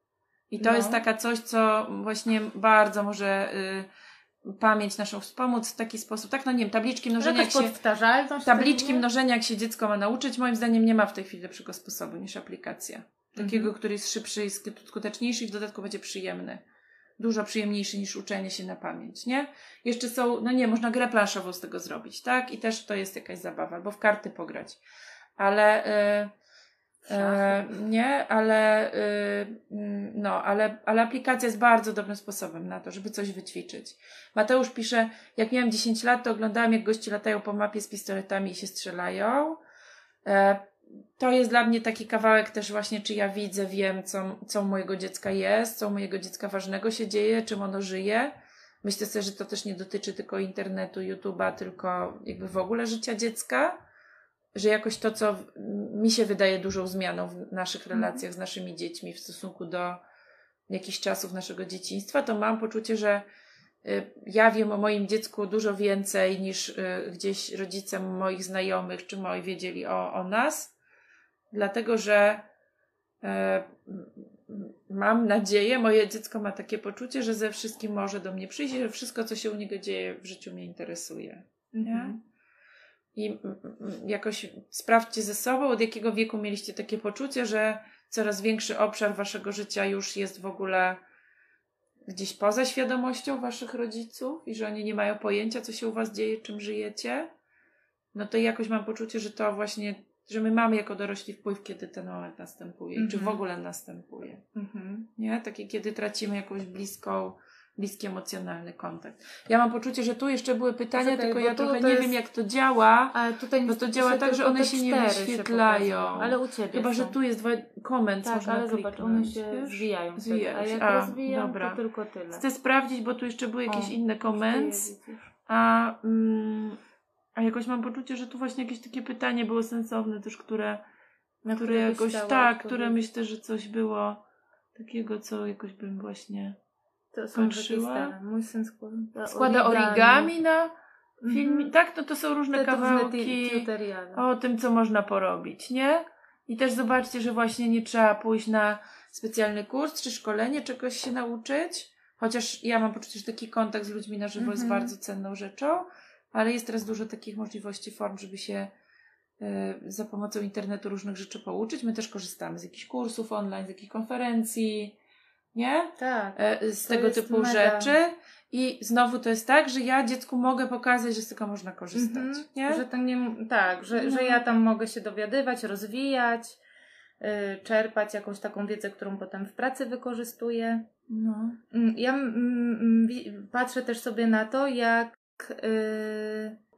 I to no. jest taka coś, co właśnie bardzo może y, pamięć naszą wspomóc w taki sposób. Tak, no nie wiem, tabliczki mnożenia, jak się, tabliczki mnożenia, jak się dziecko ma nauczyć, moim zdaniem nie ma w tej chwili lepszego sposobu niż aplikacja. Takiego, mm-hmm. który jest szybszy, jest skuteczniejszy i w dodatku będzie przyjemny. Dużo przyjemniejszy niż uczenie się na pamięć, nie? Jeszcze są, no nie, można grę planszową z tego zrobić, tak? I też to jest jakaś zabawa, albo w karty pograć. Ale, yy, yy, nie, ale, yy, no, ale, ale aplikacja jest bardzo dobrym sposobem na to, żeby coś wyćwiczyć. Mateusz pisze, jak miałem dziesięć lat, to oglądałam, jak goście latają po mapie z pistoletami i się strzelają. Yy, To jest dla mnie taki kawałek też właśnie, czy ja widzę, wiem, co, co u mojego dziecka jest, co u mojego dziecka ważnego się dzieje, czym ono żyje. Myślę sobie, że to też nie dotyczy tylko internetu, YouTube'a, tylko jakby w ogóle życia dziecka, że jakoś to, co mi się wydaje dużą zmianą w naszych relacjach z naszymi dziećmi w stosunku do jakichś czasów naszego dzieciństwa, to mam poczucie, że y, ja wiem o moim dziecku dużo więcej niż y, gdzieś rodzice moich znajomych czy moi wiedzieli o, o nas. Dlatego, że e, mam nadzieję, moje dziecko ma takie poczucie, że ze wszystkim może do mnie przyjść, że wszystko, co się u niego dzieje w życiu, mnie interesuje. Nie? I jakoś sprawdźcie ze sobą, od jakiego wieku mieliście takie poczucie, że coraz większy obszar waszego życia już jest w ogóle gdzieś poza świadomością waszych rodziców i że oni nie mają pojęcia, co się u was dzieje, czym żyjecie. No to jakoś mam poczucie, że to właśnie że my mamy jako dorośli wpływ, kiedy ten moment następuje, mm-hmm. czy w ogóle następuje. Mm-hmm. Nie? Takie, kiedy tracimy jakąś bliską, bliski emocjonalny kontakt. Ja mam poczucie, że tu jeszcze były pytania, Czekaj, tylko ja trochę nie jest... wiem, jak to działa, ale tutaj bo to działa tak, że one się nie wyświetlają. Ale u Ciebie Chyba, są. że tu jest dwa koment, tak, można ale kliknąć. Zobacz, one się zwijają. Zwijają a jak a, rozwijam, dobra. to tylko tyle. Chcę sprawdzić, bo tu jeszcze były jakieś o, inne comments. A... Mm, A jakoś mam poczucie, że tu właśnie jakieś takie pytanie było sensowne też, które, Na które jakoś, tak, które myślę, że coś było takiego, co jakoś bym właśnie to są kończyła. Mój syn składa, składa origami, origami na filmie. Mm-hmm. Tak, no to są różne to kawałki o tym, co można porobić, nie? I też zobaczcie, że właśnie nie trzeba pójść na specjalny kurs czy szkolenie, czegoś się nauczyć. Chociaż ja mam poczucie, że taki kontakt z ludźmi na żywo mm-hmm. jest bardzo cenną rzeczą. Ale jest teraz dużo takich możliwości, form, żeby się y, za pomocą internetu różnych rzeczy pouczyć. My też korzystamy z jakichś kursów online, z jakichś konferencji, nie? Tak. Y, z tego typu mega. rzeczy. I znowu to jest tak, że ja dziecku mogę pokazać, że z tego można korzystać. Mm-hmm. Nie? Że to nie, tak, że, no. że ja tam mogę się dowiadywać, rozwijać, y, czerpać jakąś taką wiedzę, którą potem w pracy wykorzystuję. No. Ja mm, mm, patrzę też sobie na to, jak Yy,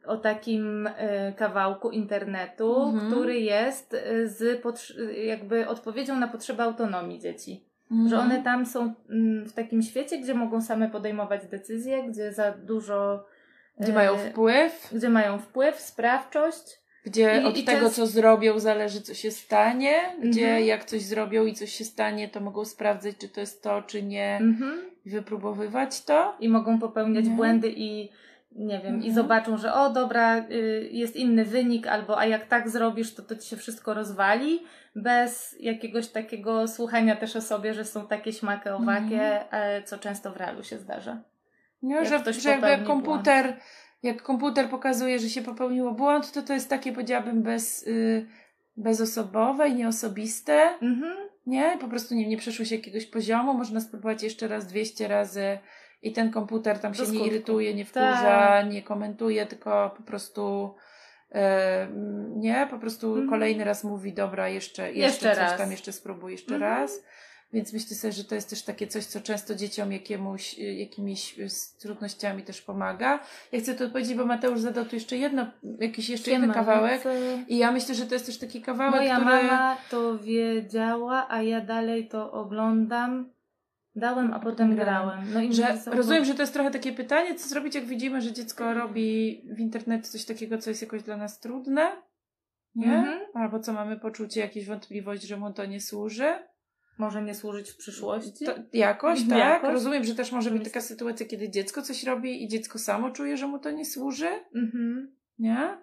o takim y, kawałku internetu, Mhm. który jest y, z potr- jakby odpowiedzią na potrzeby autonomii dzieci. Mhm. Że one tam są mm, w takim świecie, gdzie mogą same podejmować decyzje, gdzie za dużo... Gdzie y, mają wpływ. Gdzie mają wpływ, sprawczość. Gdzie I- od i tego, często- co zrobią, zależy, co się stanie. Gdzie Mhm. jak coś zrobią i coś się stanie, to mogą sprawdzać, czy to jest to, czy nie. Mhm. I wypróbowywać to. I mogą popełniać Nie. błędy i nie wiem, Mhm. i zobaczą, że o dobra, y, jest inny wynik, albo a jak tak zrobisz, to to ci się wszystko rozwali, bez jakiegoś takiego słuchania też o sobie, że są takie śmaki owakie, e, co często w realu się zdarza. Nie, Jak że, ktoś że jakby jak popełni komputer, jak komputer pokazuje, że się popełniło błąd, to to jest takie, powiedziałabym, bez, y, bezosobowe i nieosobiste. Mhm. Nie? Po prostu nie, nie przeszło się jakiegoś poziomu. Można spróbować jeszcze raz dwieście razy i ten komputer tam Do się nie skutku. irytuje, nie wkurza, Tak. nie komentuje, tylko po prostu e, nie, po prostu Mhm. kolejny raz mówi, dobra, jeszcze, jeszcze, Jeszcze coś raz. tam, jeszcze spróbuj, jeszcze Mhm. raz. Więc myślę sobie, że to jest też takie coś, co często dzieciom jakiemuś, jakimiś z trudnościami też pomaga. Ja chcę tu odpowiedzieć, bo Mateusz zadał tu jeszcze jedno, jakiś jeszcze jeden kawałek. I ja myślę, że to jest też taki kawałek, Moja który... mama to wiedziała, a ja dalej to oglądam. Dałem, a potem grałem. No i Że, mówię sobie, rozumiem, że to jest trochę takie pytanie, co zrobić, jak widzimy, że dziecko robi w internecie coś takiego, co jest jakoś dla nas trudne, nie? Mhm. Albo co mamy poczucie, jakieś wątpliwość, że mu to nie służy. może nie służyć w przyszłości. To, jakoś, tak. Jakoś. Rozumiem, że też może być Jest- taka sytuacja, kiedy dziecko coś robi i dziecko samo czuje, że mu to nie służy, Mhm. nie?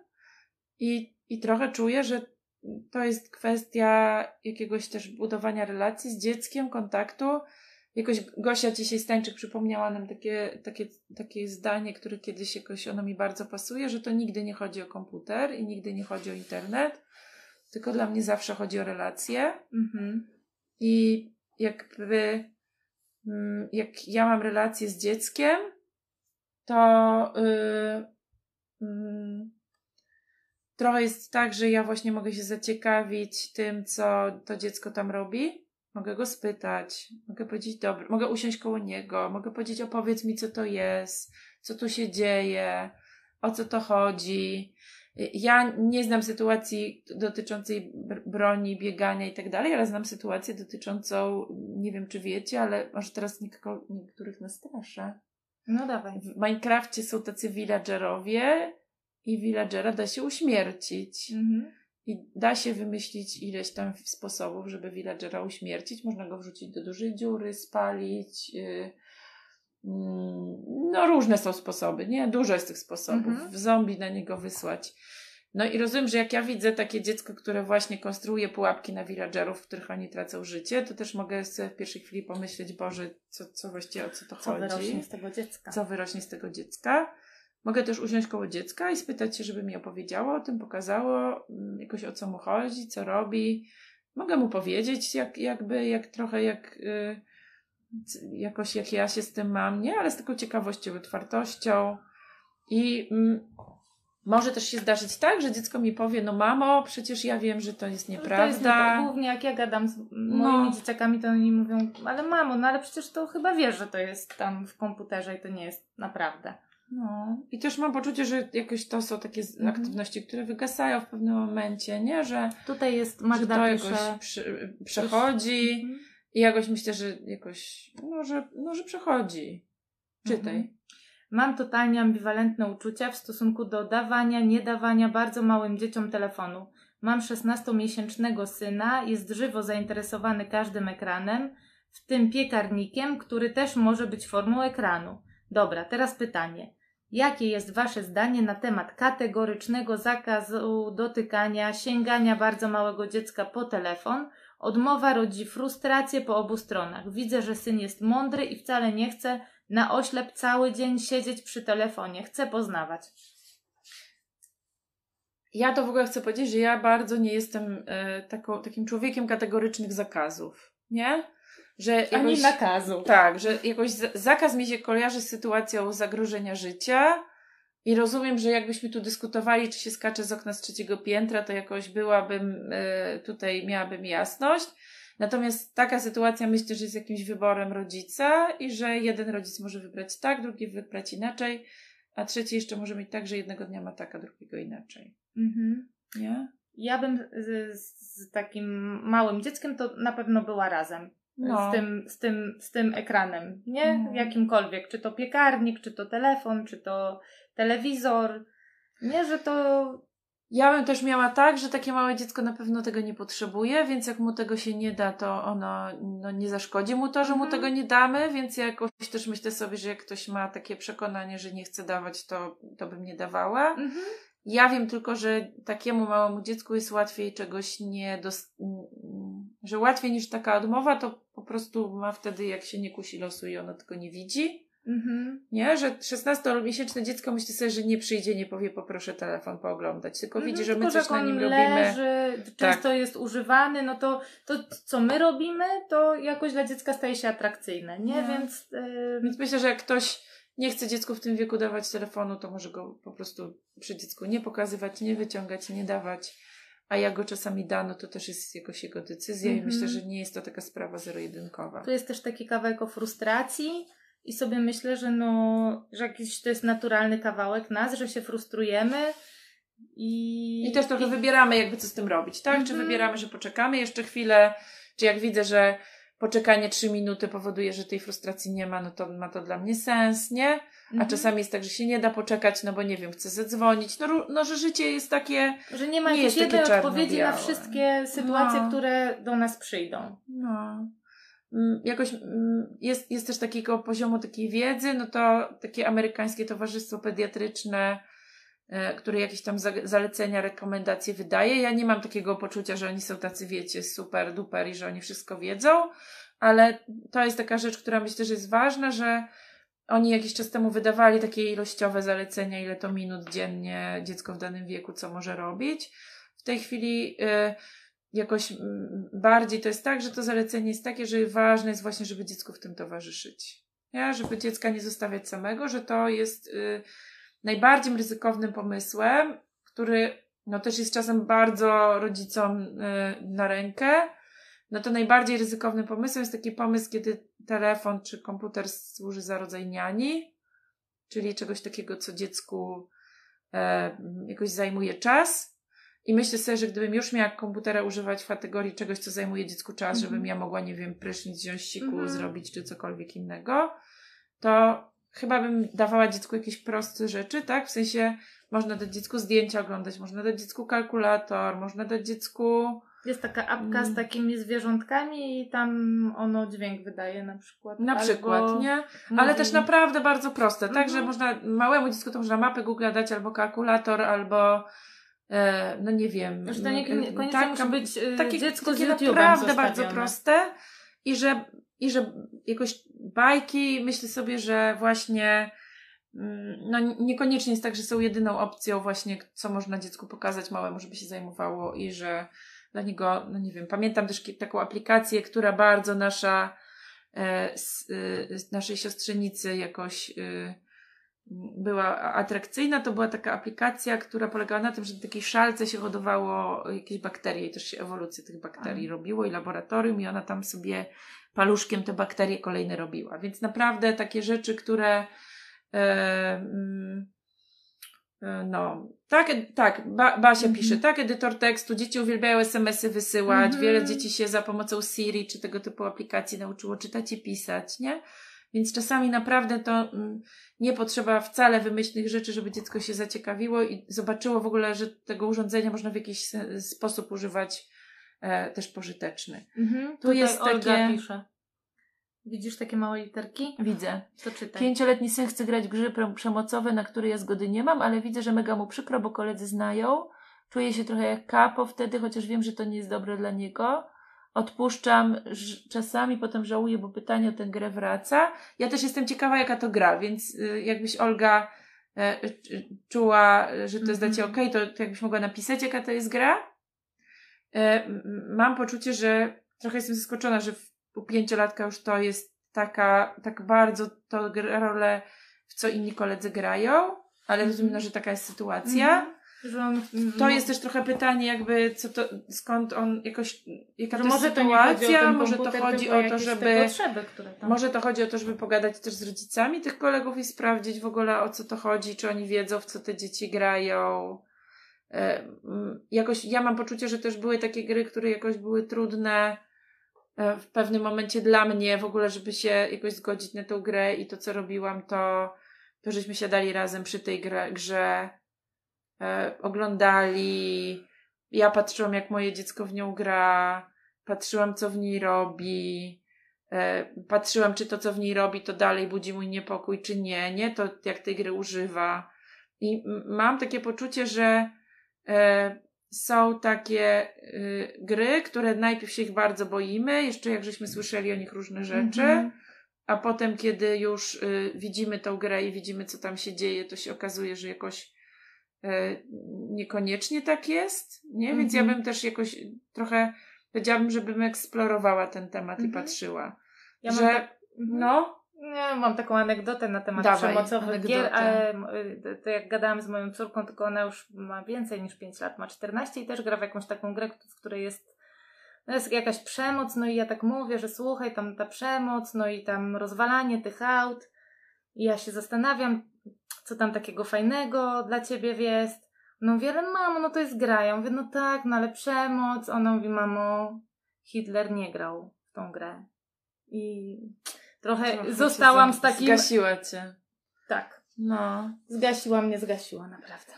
I, i trochę czuję, że to jest kwestia jakiegoś też budowania relacji z dzieckiem, kontaktu. Jakoś Gosia dzisiaj Stańczyk przypomniała nam takie, takie, takie zdanie, które kiedyś jakoś ono mi bardzo pasuje, że to nigdy nie chodzi o komputer i nigdy nie chodzi o internet, tylko dla mnie zawsze chodzi o relacje. Mhm. I jakby mm, jak ja mam relację z dzieckiem, to yy, yy, trochę jest tak, że ja właśnie mogę się zaciekawić tym, co to dziecko tam robi. Mogę go spytać, mogę powiedzieć, dobra, mogę usiąść koło niego, mogę powiedzieć, opowiedz mi, co to jest, co tu się dzieje, o co to chodzi. Ja nie znam sytuacji dotyczącej br- broni, biegania i tak dalej, ale znam sytuację dotyczącą, nie wiem, czy wiecie, ale może teraz niko- niektórych nastraszę. No dawaj. W Minecrafcie są tacy villagerowie i villagera da się uśmiercić. Mhm. I da się wymyślić ileś tam sposobów, żeby villagera uśmiercić. Można go wrzucić do dużej dziury, spalić. Yy, mm, no różne są sposoby, nie? Dużo jest tych sposobów. Mhm. W zombie na niego wysłać. No i rozumiem, że jak ja widzę takie dziecko, które właśnie konstruuje pułapki na villagerów, w których oni tracą życie, to też mogę sobie w pierwszej chwili pomyśleć, Boże, co, co właściwie o co to Co chodzi? wyrośnie z tego dziecka. Co wyrośnie z tego dziecka. Mogę też usiąść koło dziecka i spytać się, żeby mi opowiedziało o tym, pokazało mm, jakoś o co mu chodzi, co robi. Mogę mu powiedzieć, jak, jakby, jak trochę jak y, c- jakoś jak ja się z tym mam, nie? Ale z taką ciekawością, otwartością. I mm, może też się zdarzyć tak, że dziecko mi powie, no mamo, przecież ja wiem, że to jest No to nieprawda. jest niepra- Głównie jak ja gadam z moimi No. dzieciakami, to oni mówią, ale mamo, no ale przecież to chyba wiesz, że to jest tam w komputerze i to nie jest naprawdę. No. I też mam poczucie, że jakoś to są takie z- Mhm. aktywności, które wygasają w pewnym momencie, nie? Że Tutaj jest że Magda to pisze... jakoś przy, przechodzi Mhm. i jakoś myślę, że jakoś, no że, no, że przechodzi. Czytaj. Mhm. Mam totalnie ambiwalentne uczucia w stosunku do dawania, nie dawania bardzo małym dzieciom telefonu. Mam szesnastomiesięcznego syna, jest żywo zainteresowany każdym ekranem, w tym piekarnikiem, który też może być formą ekranu. Dobra, teraz pytanie. Jakie jest Wasze zdanie na temat kategorycznego zakazu dotykania, sięgania bardzo małego dziecka po telefon? Odmowa rodzi frustrację po obu stronach. Widzę, że syn jest mądry i wcale nie chce na oślep cały dzień siedzieć przy telefonie. Chce poznawać. Ja to w ogóle chcę powiedzieć, że ja bardzo nie jestem e, taką, takim człowiekiem kategorycznych zakazów, nie? Że jakoś, Ani nakazu. tak, że jakoś za- zakaz mi się kojarzy z sytuacją zagrożenia życia i rozumiem, że jakbyśmy tu dyskutowali, czy się skacze z okna z trzeciego piętra, to jakoś byłabym, e, tutaj miałabym jasność. Natomiast taka sytuacja myślę, że jest jakimś wyborem rodzica i że jeden rodzic może wybrać tak, drugi wybrać inaczej. a trzeci jeszcze może mieć tak, że jednego dnia ma tak, a drugiego inaczej. Mhm. Nie? Ja bym z, z takim małym dzieckiem to na pewno była razem. No. Z, tym, z, tym, z tym ekranem, nie? Mhm. Jakimkolwiek. Czy to piekarnik, czy to telefon, czy to telewizor. Nie, że to... Ja bym też miała tak, że takie małe dziecko na pewno tego nie potrzebuje, więc jak mu tego się nie da, to ono no, nie zaszkodzi mu to, że mu Mhm. tego nie damy, więc ja jakoś też myślę sobie, że jak ktoś ma takie przekonanie, że nie chce dawać, to, to bym nie dawała. Mhm. Ja wiem tylko, że takiemu małemu dziecku jest łatwiej czegoś nie dos- że łatwiej niż taka odmowa, to po prostu ma wtedy, jak się nie kusi losu i ono tego nie widzi. Mhm. Nie, że szesnastomiesięczne dziecko myśli sobie, że nie przyjdzie, nie powie poproszę telefon pooglądać, tylko Mhm, widzi, że my tylko, coś jak na on nim robimy. leży, często jest używany, no to, to co my robimy, to jakoś dla dziecka staje się atrakcyjne, nie? No. Więc, yy... Więc myślę, że jak ktoś nie chce dziecku w tym wieku dawać telefonu, to może go po prostu przy dziecku nie pokazywać, nie wyciągać, nie dawać. A jak go czasami da, no to też jest jakoś jego decyzja Mhm. i myślę, że nie jest to taka sprawa zero-jedynkowa. Tu jest też taki kawałek o frustracji i sobie myślę, że no, że jakiś to jest naturalny kawałek nas, że się frustrujemy i... I też trochę i... wybieramy jakby co z tym robić, tak? Mhm. Czy wybieramy, że poczekamy jeszcze chwilę, czy jak widzę, że poczekanie trzy minuty powoduje, że tej frustracji nie ma, no to ma to dla mnie sens, nie? A Mhm. czasami jest tak, że się nie da poczekać, no bo nie wiem, chcę zadzwonić. No, ró- no że życie jest takie... Że nie ma nie jakiejś jest takie jednej odpowiedzi na czarno-białe. wszystkie sytuacje, No. które do nas przyjdą. No... Mm, Jakoś mm, jest, jest też takiego poziomu takiej wiedzy, no to takie amerykańskie towarzystwo pediatryczne, e, które jakieś tam za, zalecenia, rekomendacje wydaje. Ja nie mam takiego poczucia, że oni są tacy, wiecie, super duper i że oni wszystko wiedzą, ale to jest taka rzecz, która myślę, że jest ważna, że oni jakiś czas temu wydawali takie ilościowe zalecenia, ile to minut dziennie dziecko w danym wieku co może robić. W tej chwili e, jakoś mm, bardziej to jest tak, że to zalecenie jest takie, że ważne jest właśnie, żeby dziecku w tym towarzyszyć. Ja, żeby dziecka nie zostawiać samego, że to jest y, najbardziej ryzykownym pomysłem, który no też jest czasem bardzo rodzicom y, na rękę. No to najbardziej ryzykownym pomysłem jest taki pomysł, kiedy telefon czy komputer służy za rodzaj niani, czyli czegoś takiego, co dziecku e, jakoś zajmuje czas. I myślę sobie, że gdybym już miała komputera używać w kategorii czegoś, co zajmuje dziecku czas, Mhm. żebym ja mogła, nie wiem, prysznic wziąć siku, Mhm. zrobić czy cokolwiek innego, to chyba bym dawała dziecku jakieś proste rzeczy, tak? W sensie można dać dziecku zdjęcia oglądać, można dać dziecku kalkulator, można dać dziecku... Jest taka apka Mm. z takimi zwierzątkami i tam ono dźwięk wydaje na przykład. Na Albo przykład, nie? mówi- Ale też naprawdę bardzo proste, tak? Mhm. Że można małemu dziecku to można mapę Google dać, albo kalkulator, albo e, no nie wiem. Że to nie, nie, koniecznie tak, musi być y, takie, dziecko takie z YouTube'em naprawdę zostawione. bardzo proste i że, i że jakoś bajki, myślę sobie, że właśnie mm, no niekoniecznie jest tak, że są jedyną opcją właśnie, co można dziecku pokazać małemu, żeby się zajmowało i że dla niego, no nie wiem, pamiętam też ki- taką aplikację, która bardzo nasza e, z, y, z naszej siostrzenicy jakoś y, była atrakcyjna. To była taka aplikacja, która polegała na tym, że do takiej szalce się hodowało jakieś bakterie i też się ewolucję tych bakterii A. robiło i laboratorium i ona tam sobie paluszkiem te bakterie kolejne robiła. Więc naprawdę takie rzeczy, które e, mm, e, no, tak, tak, ba, Basia Mhm. pisze, tak, edytor tekstu, dzieci uwielbiają es em esy wysyłać, Mhm. wiele dzieci się za pomocą Siri czy tego typu aplikacji nauczyło czytać i pisać, nie? Więc czasami naprawdę to mm, nie potrzeba wcale wymyślnych rzeczy, żeby dziecko się zaciekawiło i zobaczyło w ogóle, że tego urządzenia można w jakiś se- sposób używać e, też pożyteczny. Mhm. Tu Tutaj jest Olga takie... pisze. Widzisz takie małe literki? Widzę. To czytaj. Pięcioletni syn chce grać w gry pre- przemocowe, na które ja zgody nie mam, ale widzę, że mega mu przykro, bo koledzy znają. Czuję się trochę jak kapo wtedy, chociaż wiem, że to nie jest dobre dla niego. Odpuszczam ż- czasami, potem żałuję, bo pytanie o tę grę wraca. Ja też jestem ciekawa, jaka to gra, więc y, jakbyś Olga e, y, czuła, że to jest dla Ciebie Mhm. okej, to, to jakbyś mogła napisać, jaka to jest gra. E, m- mam poczucie, że trochę jestem zaskoczona, że w, u pięciolatka już to jest taka, tak bardzo to gra rolę, w co inni koledzy grają, ale Mhm. rozumiem, że taka jest sytuacja. Mhm. Że on, To no, jest też trochę pytanie jakby, co to, skąd on jakoś, jaka że to jest może to nie chodzi o sytuacja, ten może to komputer, chodzi tylko o to, jakieś żeby, te potrzeby, które tam... może to chodzi o to, żeby pogadać też z rodzicami tych kolegów i sprawdzić w ogóle o co to chodzi, czy oni wiedzą, w co te dzieci grają. E, m, jakoś, ja mam poczucie, że też były takie gry, które jakoś były trudne e, w pewnym momencie dla mnie w ogóle, żeby się jakoś zgodzić na tą grę i to, co robiłam, to, to żeśmy siadali razem przy tej grze, grze e, oglądali, ja patrzyłam, jak moje dziecko w nią gra, patrzyłam, co w niej robi, e, patrzyłam, czy to, co w niej robi, to dalej budzi mój niepokój, czy nie, nie, to jak tej gry używa. I m- mam takie poczucie, że e, są takie y, gry, które najpierw się ich bardzo boimy, jeszcze jak żeśmy słyszeli o nich różne rzeczy, Mhm. a potem, kiedy już y, widzimy tą grę i widzimy, co tam się dzieje, to się okazuje, że jakoś y, niekoniecznie tak jest, nie? Więc ja Mhm. bym też jakoś trochę, powiedziałabym, żebym eksplorowała ten temat Mhm. i patrzyła. Ja że, mam tak... Mhm. no, Ja mam taką anegdotę na temat Dawaj, przemocowych anegdotę. gier, ale y, to jak gadałam z moją córką, tylko ona już ma więcej niż pięć lat, ma czternaście i też gra w jakąś taką grę, w której jest, no jest jakaś przemoc, no i ja tak mówię, że słuchaj, tam ta przemoc, no i tam rozwalanie tych aut i ja się zastanawiam, co tam takiego fajnego dla ciebie jest. No mówię, ale mamo, no to jest gra. Ja mówię, no tak, no ale przemoc. Ona mówi, mamo, Hitler nie grał w tą grę. I trochę trochę zostałam cię z takim... Zgasiła cię. Tak. No. Zgasiła mnie, zgasiła, naprawdę.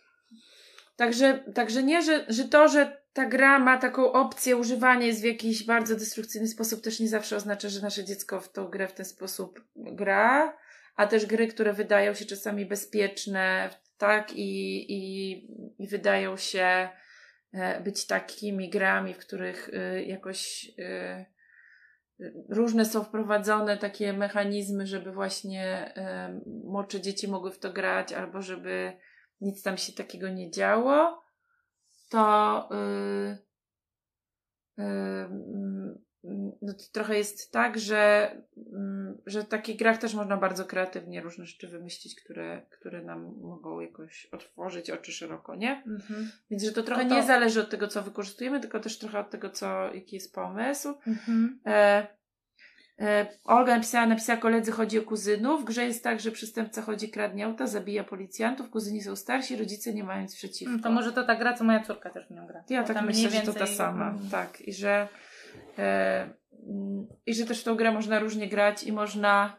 Także, także nie, że, że to, że ta gra ma taką opcję używania jest w jakiś bardzo destrukcyjny sposób, też nie zawsze oznacza, że nasze dziecko w tą grę w ten sposób gra, a też gry, które wydają się czasami bezpieczne, tak, i, i, i wydają się e, być takimi grami, w których e, jakoś e, różne są wprowadzone takie mechanizmy, żeby właśnie e, młodsze dzieci mogły w to grać, albo żeby nic tam się takiego nie działo, to, yy, yy, no to trochę jest tak, że, yy, że w takich grach też można bardzo kreatywnie różne rzeczy wymyślić, które, które nam mogą jakoś otworzyć oczy szeroko, nie? Mhm. Więc, że to trochę No to- nie zależy od tego, co wykorzystujemy, tylko też trochę od tego, co, jaki jest pomysł. Mhm. E, E, Olga napisała, napisała koledzy, chodzi o kuzynów. W grze jest tak, że przestępca chodzi, kradnie auta, zabija policjantów, kuzyni są starsi, rodzice nie mają nic przeciwko. No to może to ta gra, co moja córka też w nią gra. Ja Bo tak tam myślę, mniej że to ta więcej- sama. Mm. Tak. I że e, mm, i że też w tą grę można różnie grać i można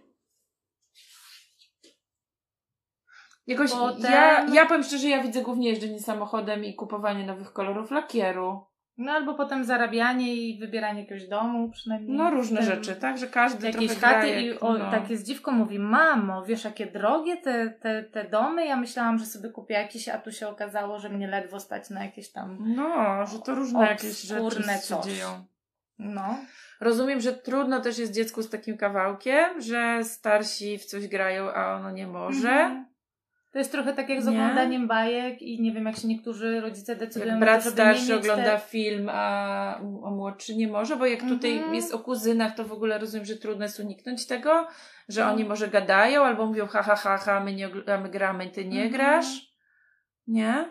jakoś Potem- ja, ja powiem szczerze, ja widzę głównie jeżdżenie samochodem i kupowanie nowych kolorów lakieru. No albo potem zarabianie i wybieranie jakiegoś domu przynajmniej. No różne Ten- rzeczy, tak? Że każdy Jakieś trochę chaty gra i jak, o, no. takie z dziwką mówi, mamo, wiesz jakie drogie te, te, te domy? Ja myślałam, że sobie kupię jakieś, a tu się okazało, że mnie ledwo stać na jakieś tam No, że to różne jakieś rzeczy obskurne się coś. dzieją. No. Rozumiem, że trudno też jest dziecku z takim kawałkiem, że starsi w coś grają, a ono nie może. Mhm. To jest trochę tak jak z Nie? oglądaniem bajek i nie wiem, jak się niektórzy rodzice decydują Jak na brat to, żeby starszy nie mieć ogląda te... film, a, a młodszy nie może, bo jak tutaj Mhm. jest o kuzynach, to w ogóle rozumiem, że trudno jest uniknąć tego, że Mhm. oni może gadają albo mówią ha, ha, ha, ha, my, nie, ogl- a my gramy, ty nie Mhm. grasz. Nie?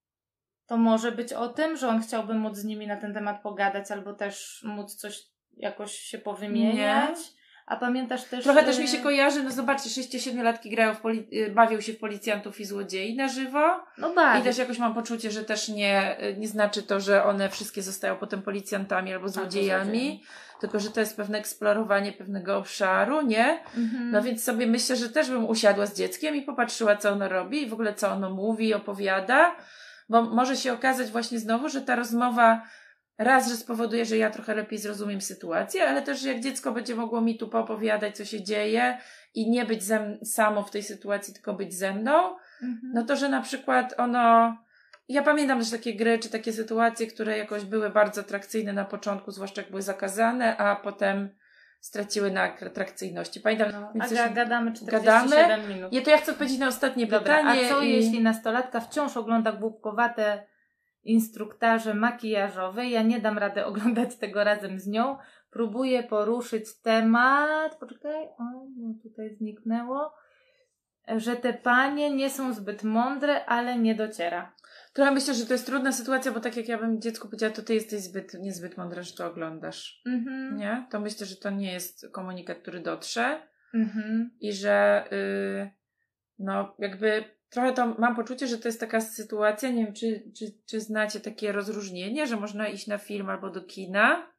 To może być o tym, że on chciałby móc z nimi na ten temat pogadać albo też móc coś jakoś się powymieniać. A pamiętasz też... Trochę też y, mi się kojarzy, no zobaczcie, sześcio-siedmiolatki grają w poli- y, bawią się w policjantów i złodziei na żywo. No bardzo. I też jakoś mam poczucie, że też nie, nie znaczy to, że one wszystkie zostają potem policjantami albo złodziejami, złodziejami. tylko że to jest pewne eksplorowanie pewnego obszaru, nie? Mhm. No więc sobie myślę, że też bym usiadła z dzieckiem i popatrzyła, co ono robi i w ogóle co ono mówi, opowiada, bo może się okazać właśnie znowu, że ta rozmowa raz, że spowoduje, że ja trochę lepiej zrozumiem sytuację, ale też, że jak dziecko będzie mogło mi tu poopowiadać, co się dzieje i nie być ze, samo w tej sytuacji, tylko być ze mną, Mhm. no to, że na przykład ono... Ja pamiętam też takie gry, czy takie sytuacje, które jakoś były bardzo atrakcyjne na początku, zwłaszcza jak były zakazane, a potem straciły na atrakcyjności. Pamiętam, No, więc a coś- ga- gadamy czterdzieści siedem minut. Ja to ja chcę odpowiedzieć na ostatnie Dobra, pytanie. a co i... jeśli nastolatka wciąż ogląda głupkowate instruktaże makijażowe? Ja nie dam rady oglądać tego razem z nią. Próbuję poruszyć temat. Poczekaj, o, no tutaj zniknęło. że te panie nie są zbyt mądre, ale nie dociera. Trochę myślę, że to jest trudna sytuacja, bo tak jak ja bym dziecku powiedziała, to ty jesteś zbyt, niezbyt mądra, że to oglądasz. Mhm. Nie? To myślę, że to nie jest komunikat, który dotrze. Mhm. I że yy, no jakby trochę to mam poczucie, że to jest taka sytuacja, nie wiem, czy, czy, czy znacie takie rozróżnienie, że można iść na film albo do kina.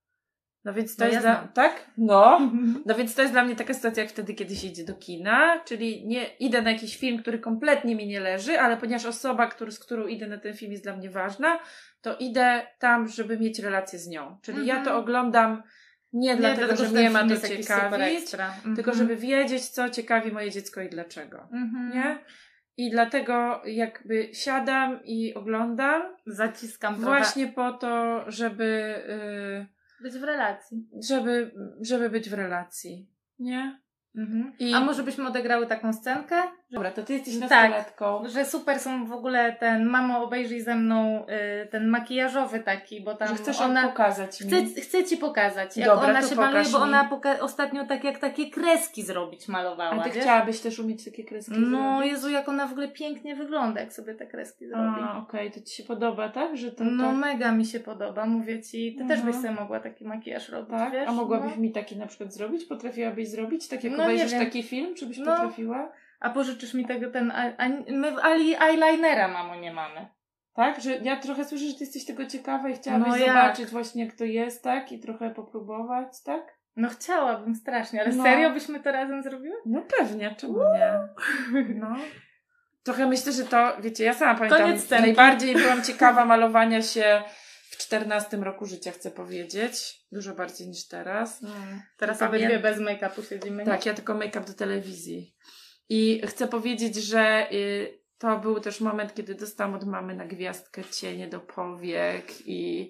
No więc to No jest ja dla... Tak? No. No więc to jest dla mnie taka sytuacja jak wtedy, kiedy się idzie do kina, czyli nie idę na jakiś film, który kompletnie mi nie leży, ale ponieważ osoba, który, z którą idę na ten film jest dla mnie ważna, to idę tam, żeby mieć relację z nią. Czyli Mhm. ja to oglądam nie, nie dlatego, że mnie ma to ciekawić, tylko żeby wiedzieć, co ciekawi moje dziecko i dlaczego. Mhm. Nie? I dlatego jakby siadam i oglądam. Zaciskam właśnie po to, żeby... Yy, być w relacji. Żeby, żeby być w relacji. Nie? Mhm. I... A może byśmy odegrały taką scenkę? Dobra, to ty jesteś nastolatką. Tak, że super są w ogóle ten, mamo obejrzyj ze mną y, ten makijażowy taki, bo tam że chcesz ona... pokazać mi. Chcę, chcę ci pokazać, jak Dobra, ona to się maluje, bo mi. ona poka- ostatnio tak jak takie kreski zrobić malowała. A ty wiesz? chciałabyś też umieć takie kreski No zrobić? Jezu, jak ona w ogóle pięknie wygląda, jak sobie te kreski zrobi. A, okej, okay. To ci się podoba, tak? Że to, no tak... mega mi się podoba, mówię ci. Ty mhm. też byś sobie mogła taki makijaż robić, tak? wiesz? A mogłabyś no. mi taki na przykład zrobić? Potrafiłabyś zrobić? Tak jak no, obejrzysz taki film? Czy byś no. potrafiła? A pożyczysz mi tego ten... A, a, my eyelinera, mamo, nie mamy. Tak? Że ja trochę słyszę, że ty jesteś tego ciekawa i chciałabyś no zobaczyć jak? właśnie jak to jest, tak? I trochę popróbować, tak? No chciałabym strasznie, ale no. serio byśmy to razem zrobiły? No pewnie, czemu nie? No. Trochę myślę, że to, wiecie, ja sama pamiętam, najbardziej byłam ciekawa malowania się w czternastym roku życia, chcę powiedzieć. Dużo bardziej niż teraz. Mm. Teraz obydwie bez make-upu siedzimy. Tak, ja tylko make-up do telewizji. I chcę powiedzieć, że y, to był też moment, kiedy dostałam od mamy na gwiazdkę cienie do powiek i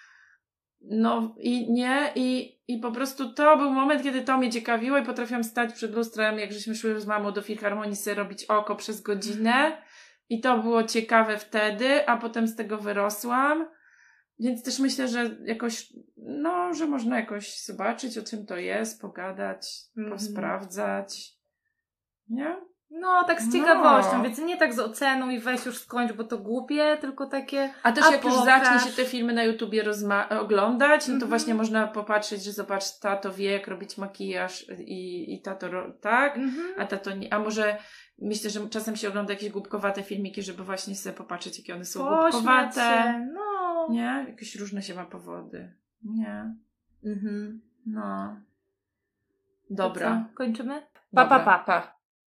no i nie, i, i po prostu to był moment, kiedy to mnie ciekawiło i potrafiłam stać przed lustrem, jak żeśmy szły z mamą do filharmonii sobie robić oko przez godzinę i to było ciekawe wtedy, a potem z tego wyrosłam, więc też myślę, że jakoś, no, że można jakoś zobaczyć, o czym to jest, pogadać, mm. posprawdzać, nie? No, tak z ciekawością, no. Więc nie tak z oceną i weź już skończ, bo to głupie, tylko takie... A też a jak pokaż. już zacznie się te filmy na YouTubie rozma- oglądać, no to mm-hmm. właśnie można popatrzeć, że zobacz, tato wie jak robić makijaż i, i tato ro- tak, mm-hmm. a tato nie. A może myślę, że czasem się ogląda jakieś głupkowate filmiki, żeby właśnie sobie popatrzeć, jakie one są Pośmiać głupkowate. Się. No. Nie? Jakieś różne się ma powody. Nie? Mhm. No. Dobra. Kończymy? Pa, pa, pa, pa.